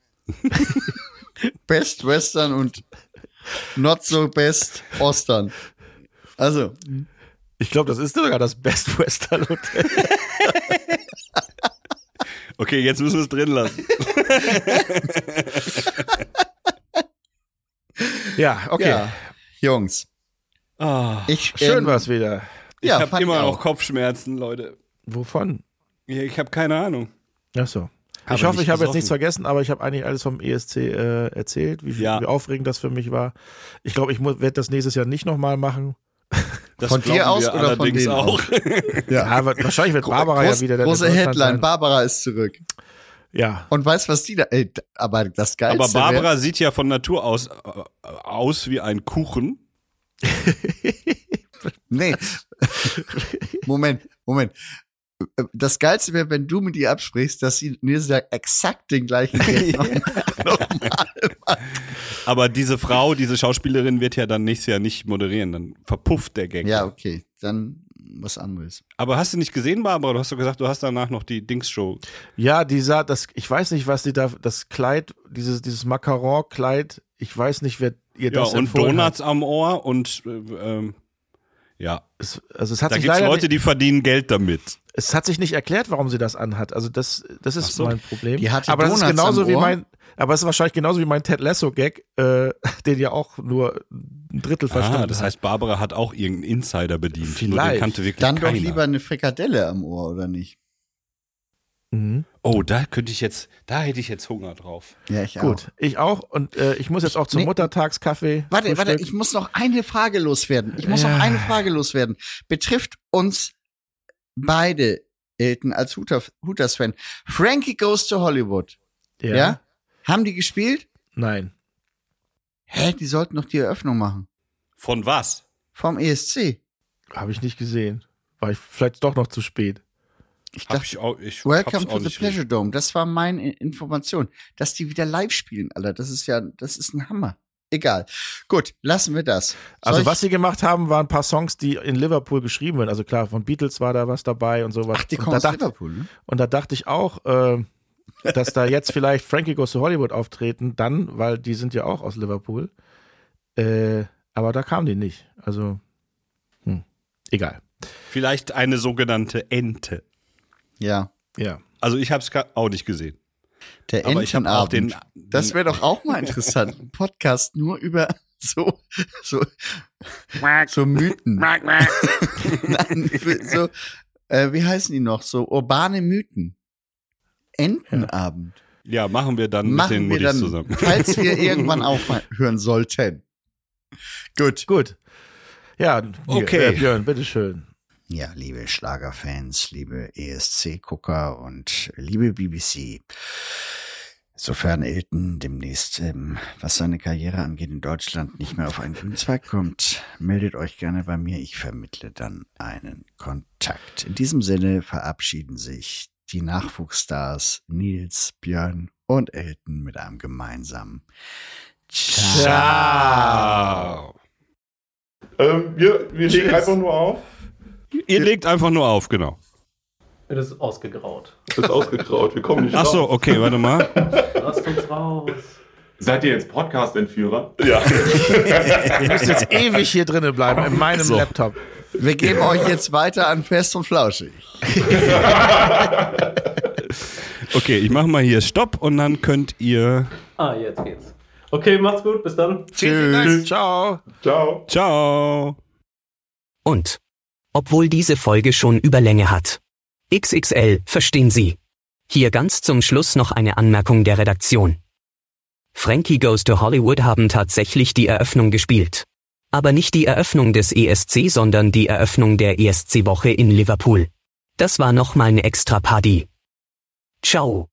Best Western und Not so Best Ostern. Also, Ich glaube, das ist sogar das Best Western Hotel. Okay, jetzt müssen wir es drin lassen. Ja, okay. ja, Jungs. Ah, Schön war's wieder. ich ja, habe fand immer ich noch auch. Kopfschmerzen, Leute. Wovon? Ich habe keine Ahnung. Ach so. Aber Ich hoffe, nicht ich habe jetzt gesoffen. nichts vergessen, aber ich habe eigentlich alles vom ESC erzählt, wie Ja. aufregend das für mich war. Ich glaube, ich werde das nächstes Jahr nicht nochmal machen. Das Von dir glauben aus wir oder von allerdings denen auch. Ja, wahrscheinlich wird Barbara ja wieder der große Deutschland Headline, sein. Barbara ist zurück. Ja. Und weißt was die da, aber das Geilste Aber Barbara sieht ja von Natur aus wie ein Kuchen. Nee. Moment. Das Geilste wäre, wenn du mit ihr absprichst, dass sie mir sagt, exakt den gleichen Gag nochmal macht. Aber diese Frau, diese Schauspielerin wird ja dann nächstes Jahr nicht moderieren. Dann verpufft der Gag. Ja, okay. Dann was anderes. Aber hast du nicht gesehen, Barbara? Du hast doch gesagt, du hast danach noch die Dings-Show. Ja, die sah, ich weiß nicht, was die da, das Kleid, dieses Macaron-Kleid, ich weiß nicht, wer ihr das und empfohlen Donuts hat. am Ohr und ja. Es hat Da sich gibt es leider Leute, die verdienen Geld damit. Es hat sich nicht erklärt, warum sie das anhat. Also das ist Ach so. mein Problem. Die hatte aber das ist Donuts genauso am wie Ohr. aber es ist wahrscheinlich genauso wie mein Ted Lasso-Gag, den ja auch nur ein Drittel verstanden Das hat. heißt, Barbara hat auch irgendeinen Insider bedient. Nur Vielleicht. den kannte wirklich Dann keiner. doch lieber eine Frikadelle am Ohr, oder nicht? Mhm. Oh, da hätte ich jetzt Hunger drauf. Ja, ich auch. Gut, ich auch. Und ich muss jetzt auch zum Nee. Muttertagskaffee. Warte, Frühstück. ich muss noch eine Frage loswerden. Betrifft uns beide, Elton, als Hooters-Fan. Frankie Goes to Hollywood. Ja? Haben die gespielt? Nein. Hä, die sollten doch die Eröffnung machen. Von was? Vom ESC. Habe ich nicht gesehen. War ich vielleicht doch noch zu spät. Ich Hab dachte, ich auch, ich Welcome hab's auch to the nicht Pleasure Dome. Das war meine Information. Dass die wieder live spielen, Alter. Das ist ein Hammer. Egal. Gut, lassen wir das. Also was sie gemacht haben, waren ein paar Songs, die in Liverpool geschrieben werden. Also klar, von Beatles war da was dabei und sowas. Ach, die und kommen aus da Liverpool, ne? Und da dachte ich auch, dass da jetzt vielleicht Frankie Goes to Hollywood auftreten, dann, weil die sind ja auch aus Liverpool. Aber da kamen die nicht. Also, egal. Vielleicht eine sogenannte Ente. Ja. Ja. Also ich habe es auch nicht gesehen. Der Aber ich habe auch Entenabend. Das wäre doch auch mal interessant. Ein Podcast nur über so Mythen. Nein, so, wie heißen die noch? So urbane Mythen. Entenabend. Ja, machen wir dann mit den Machen wir Muttis dann, zusammen. falls wir irgendwann aufhören sollten. Gut. Ja, Okay. Björn, bitteschön. Ja, liebe Schlagerfans, liebe ESC-Gucker und liebe BBC. Sofern Elton demnächst, was seine Karriere angeht, in Deutschland nicht mehr auf einen grünen Zweig kommt, meldet euch gerne bei mir. Ich vermittle dann einen Kontakt. In diesem Sinne verabschieden sich die Nachwuchsstars Nils, Björn und Elton mit einem gemeinsamen Ciao. Wir legen einfach nur auf. Ihr legt einfach nur auf, genau. Das ist ausgegraut. Das ist ausgegraut. Wir kommen nicht Ach so, raus. okay, warte mal. Lasst uns raus. Seid ihr jetzt Podcast-Entführer? Ja. Ihr müsst jetzt ewig hier drinnen bleiben, in meinem So. Laptop. Wir geben euch jetzt weiter an Fest und Flauschig. Okay, ich mache mal hier Stopp und dann könnt ihr... Jetzt geht's. Okay, macht's gut, bis dann. Tschüss. Ciao. Ciao. Ciao. Und obwohl diese Folge schon Überlänge hat. XXL, verstehen Sie. Hier ganz zum Schluss noch eine Anmerkung der Redaktion. Frankie Goes to Hollywood haben tatsächlich die Eröffnung gespielt. Aber nicht die Eröffnung des ESC, sondern die Eröffnung der ESC-Woche in Liverpool. Das war nochmal eine Extra-Party. Ciao.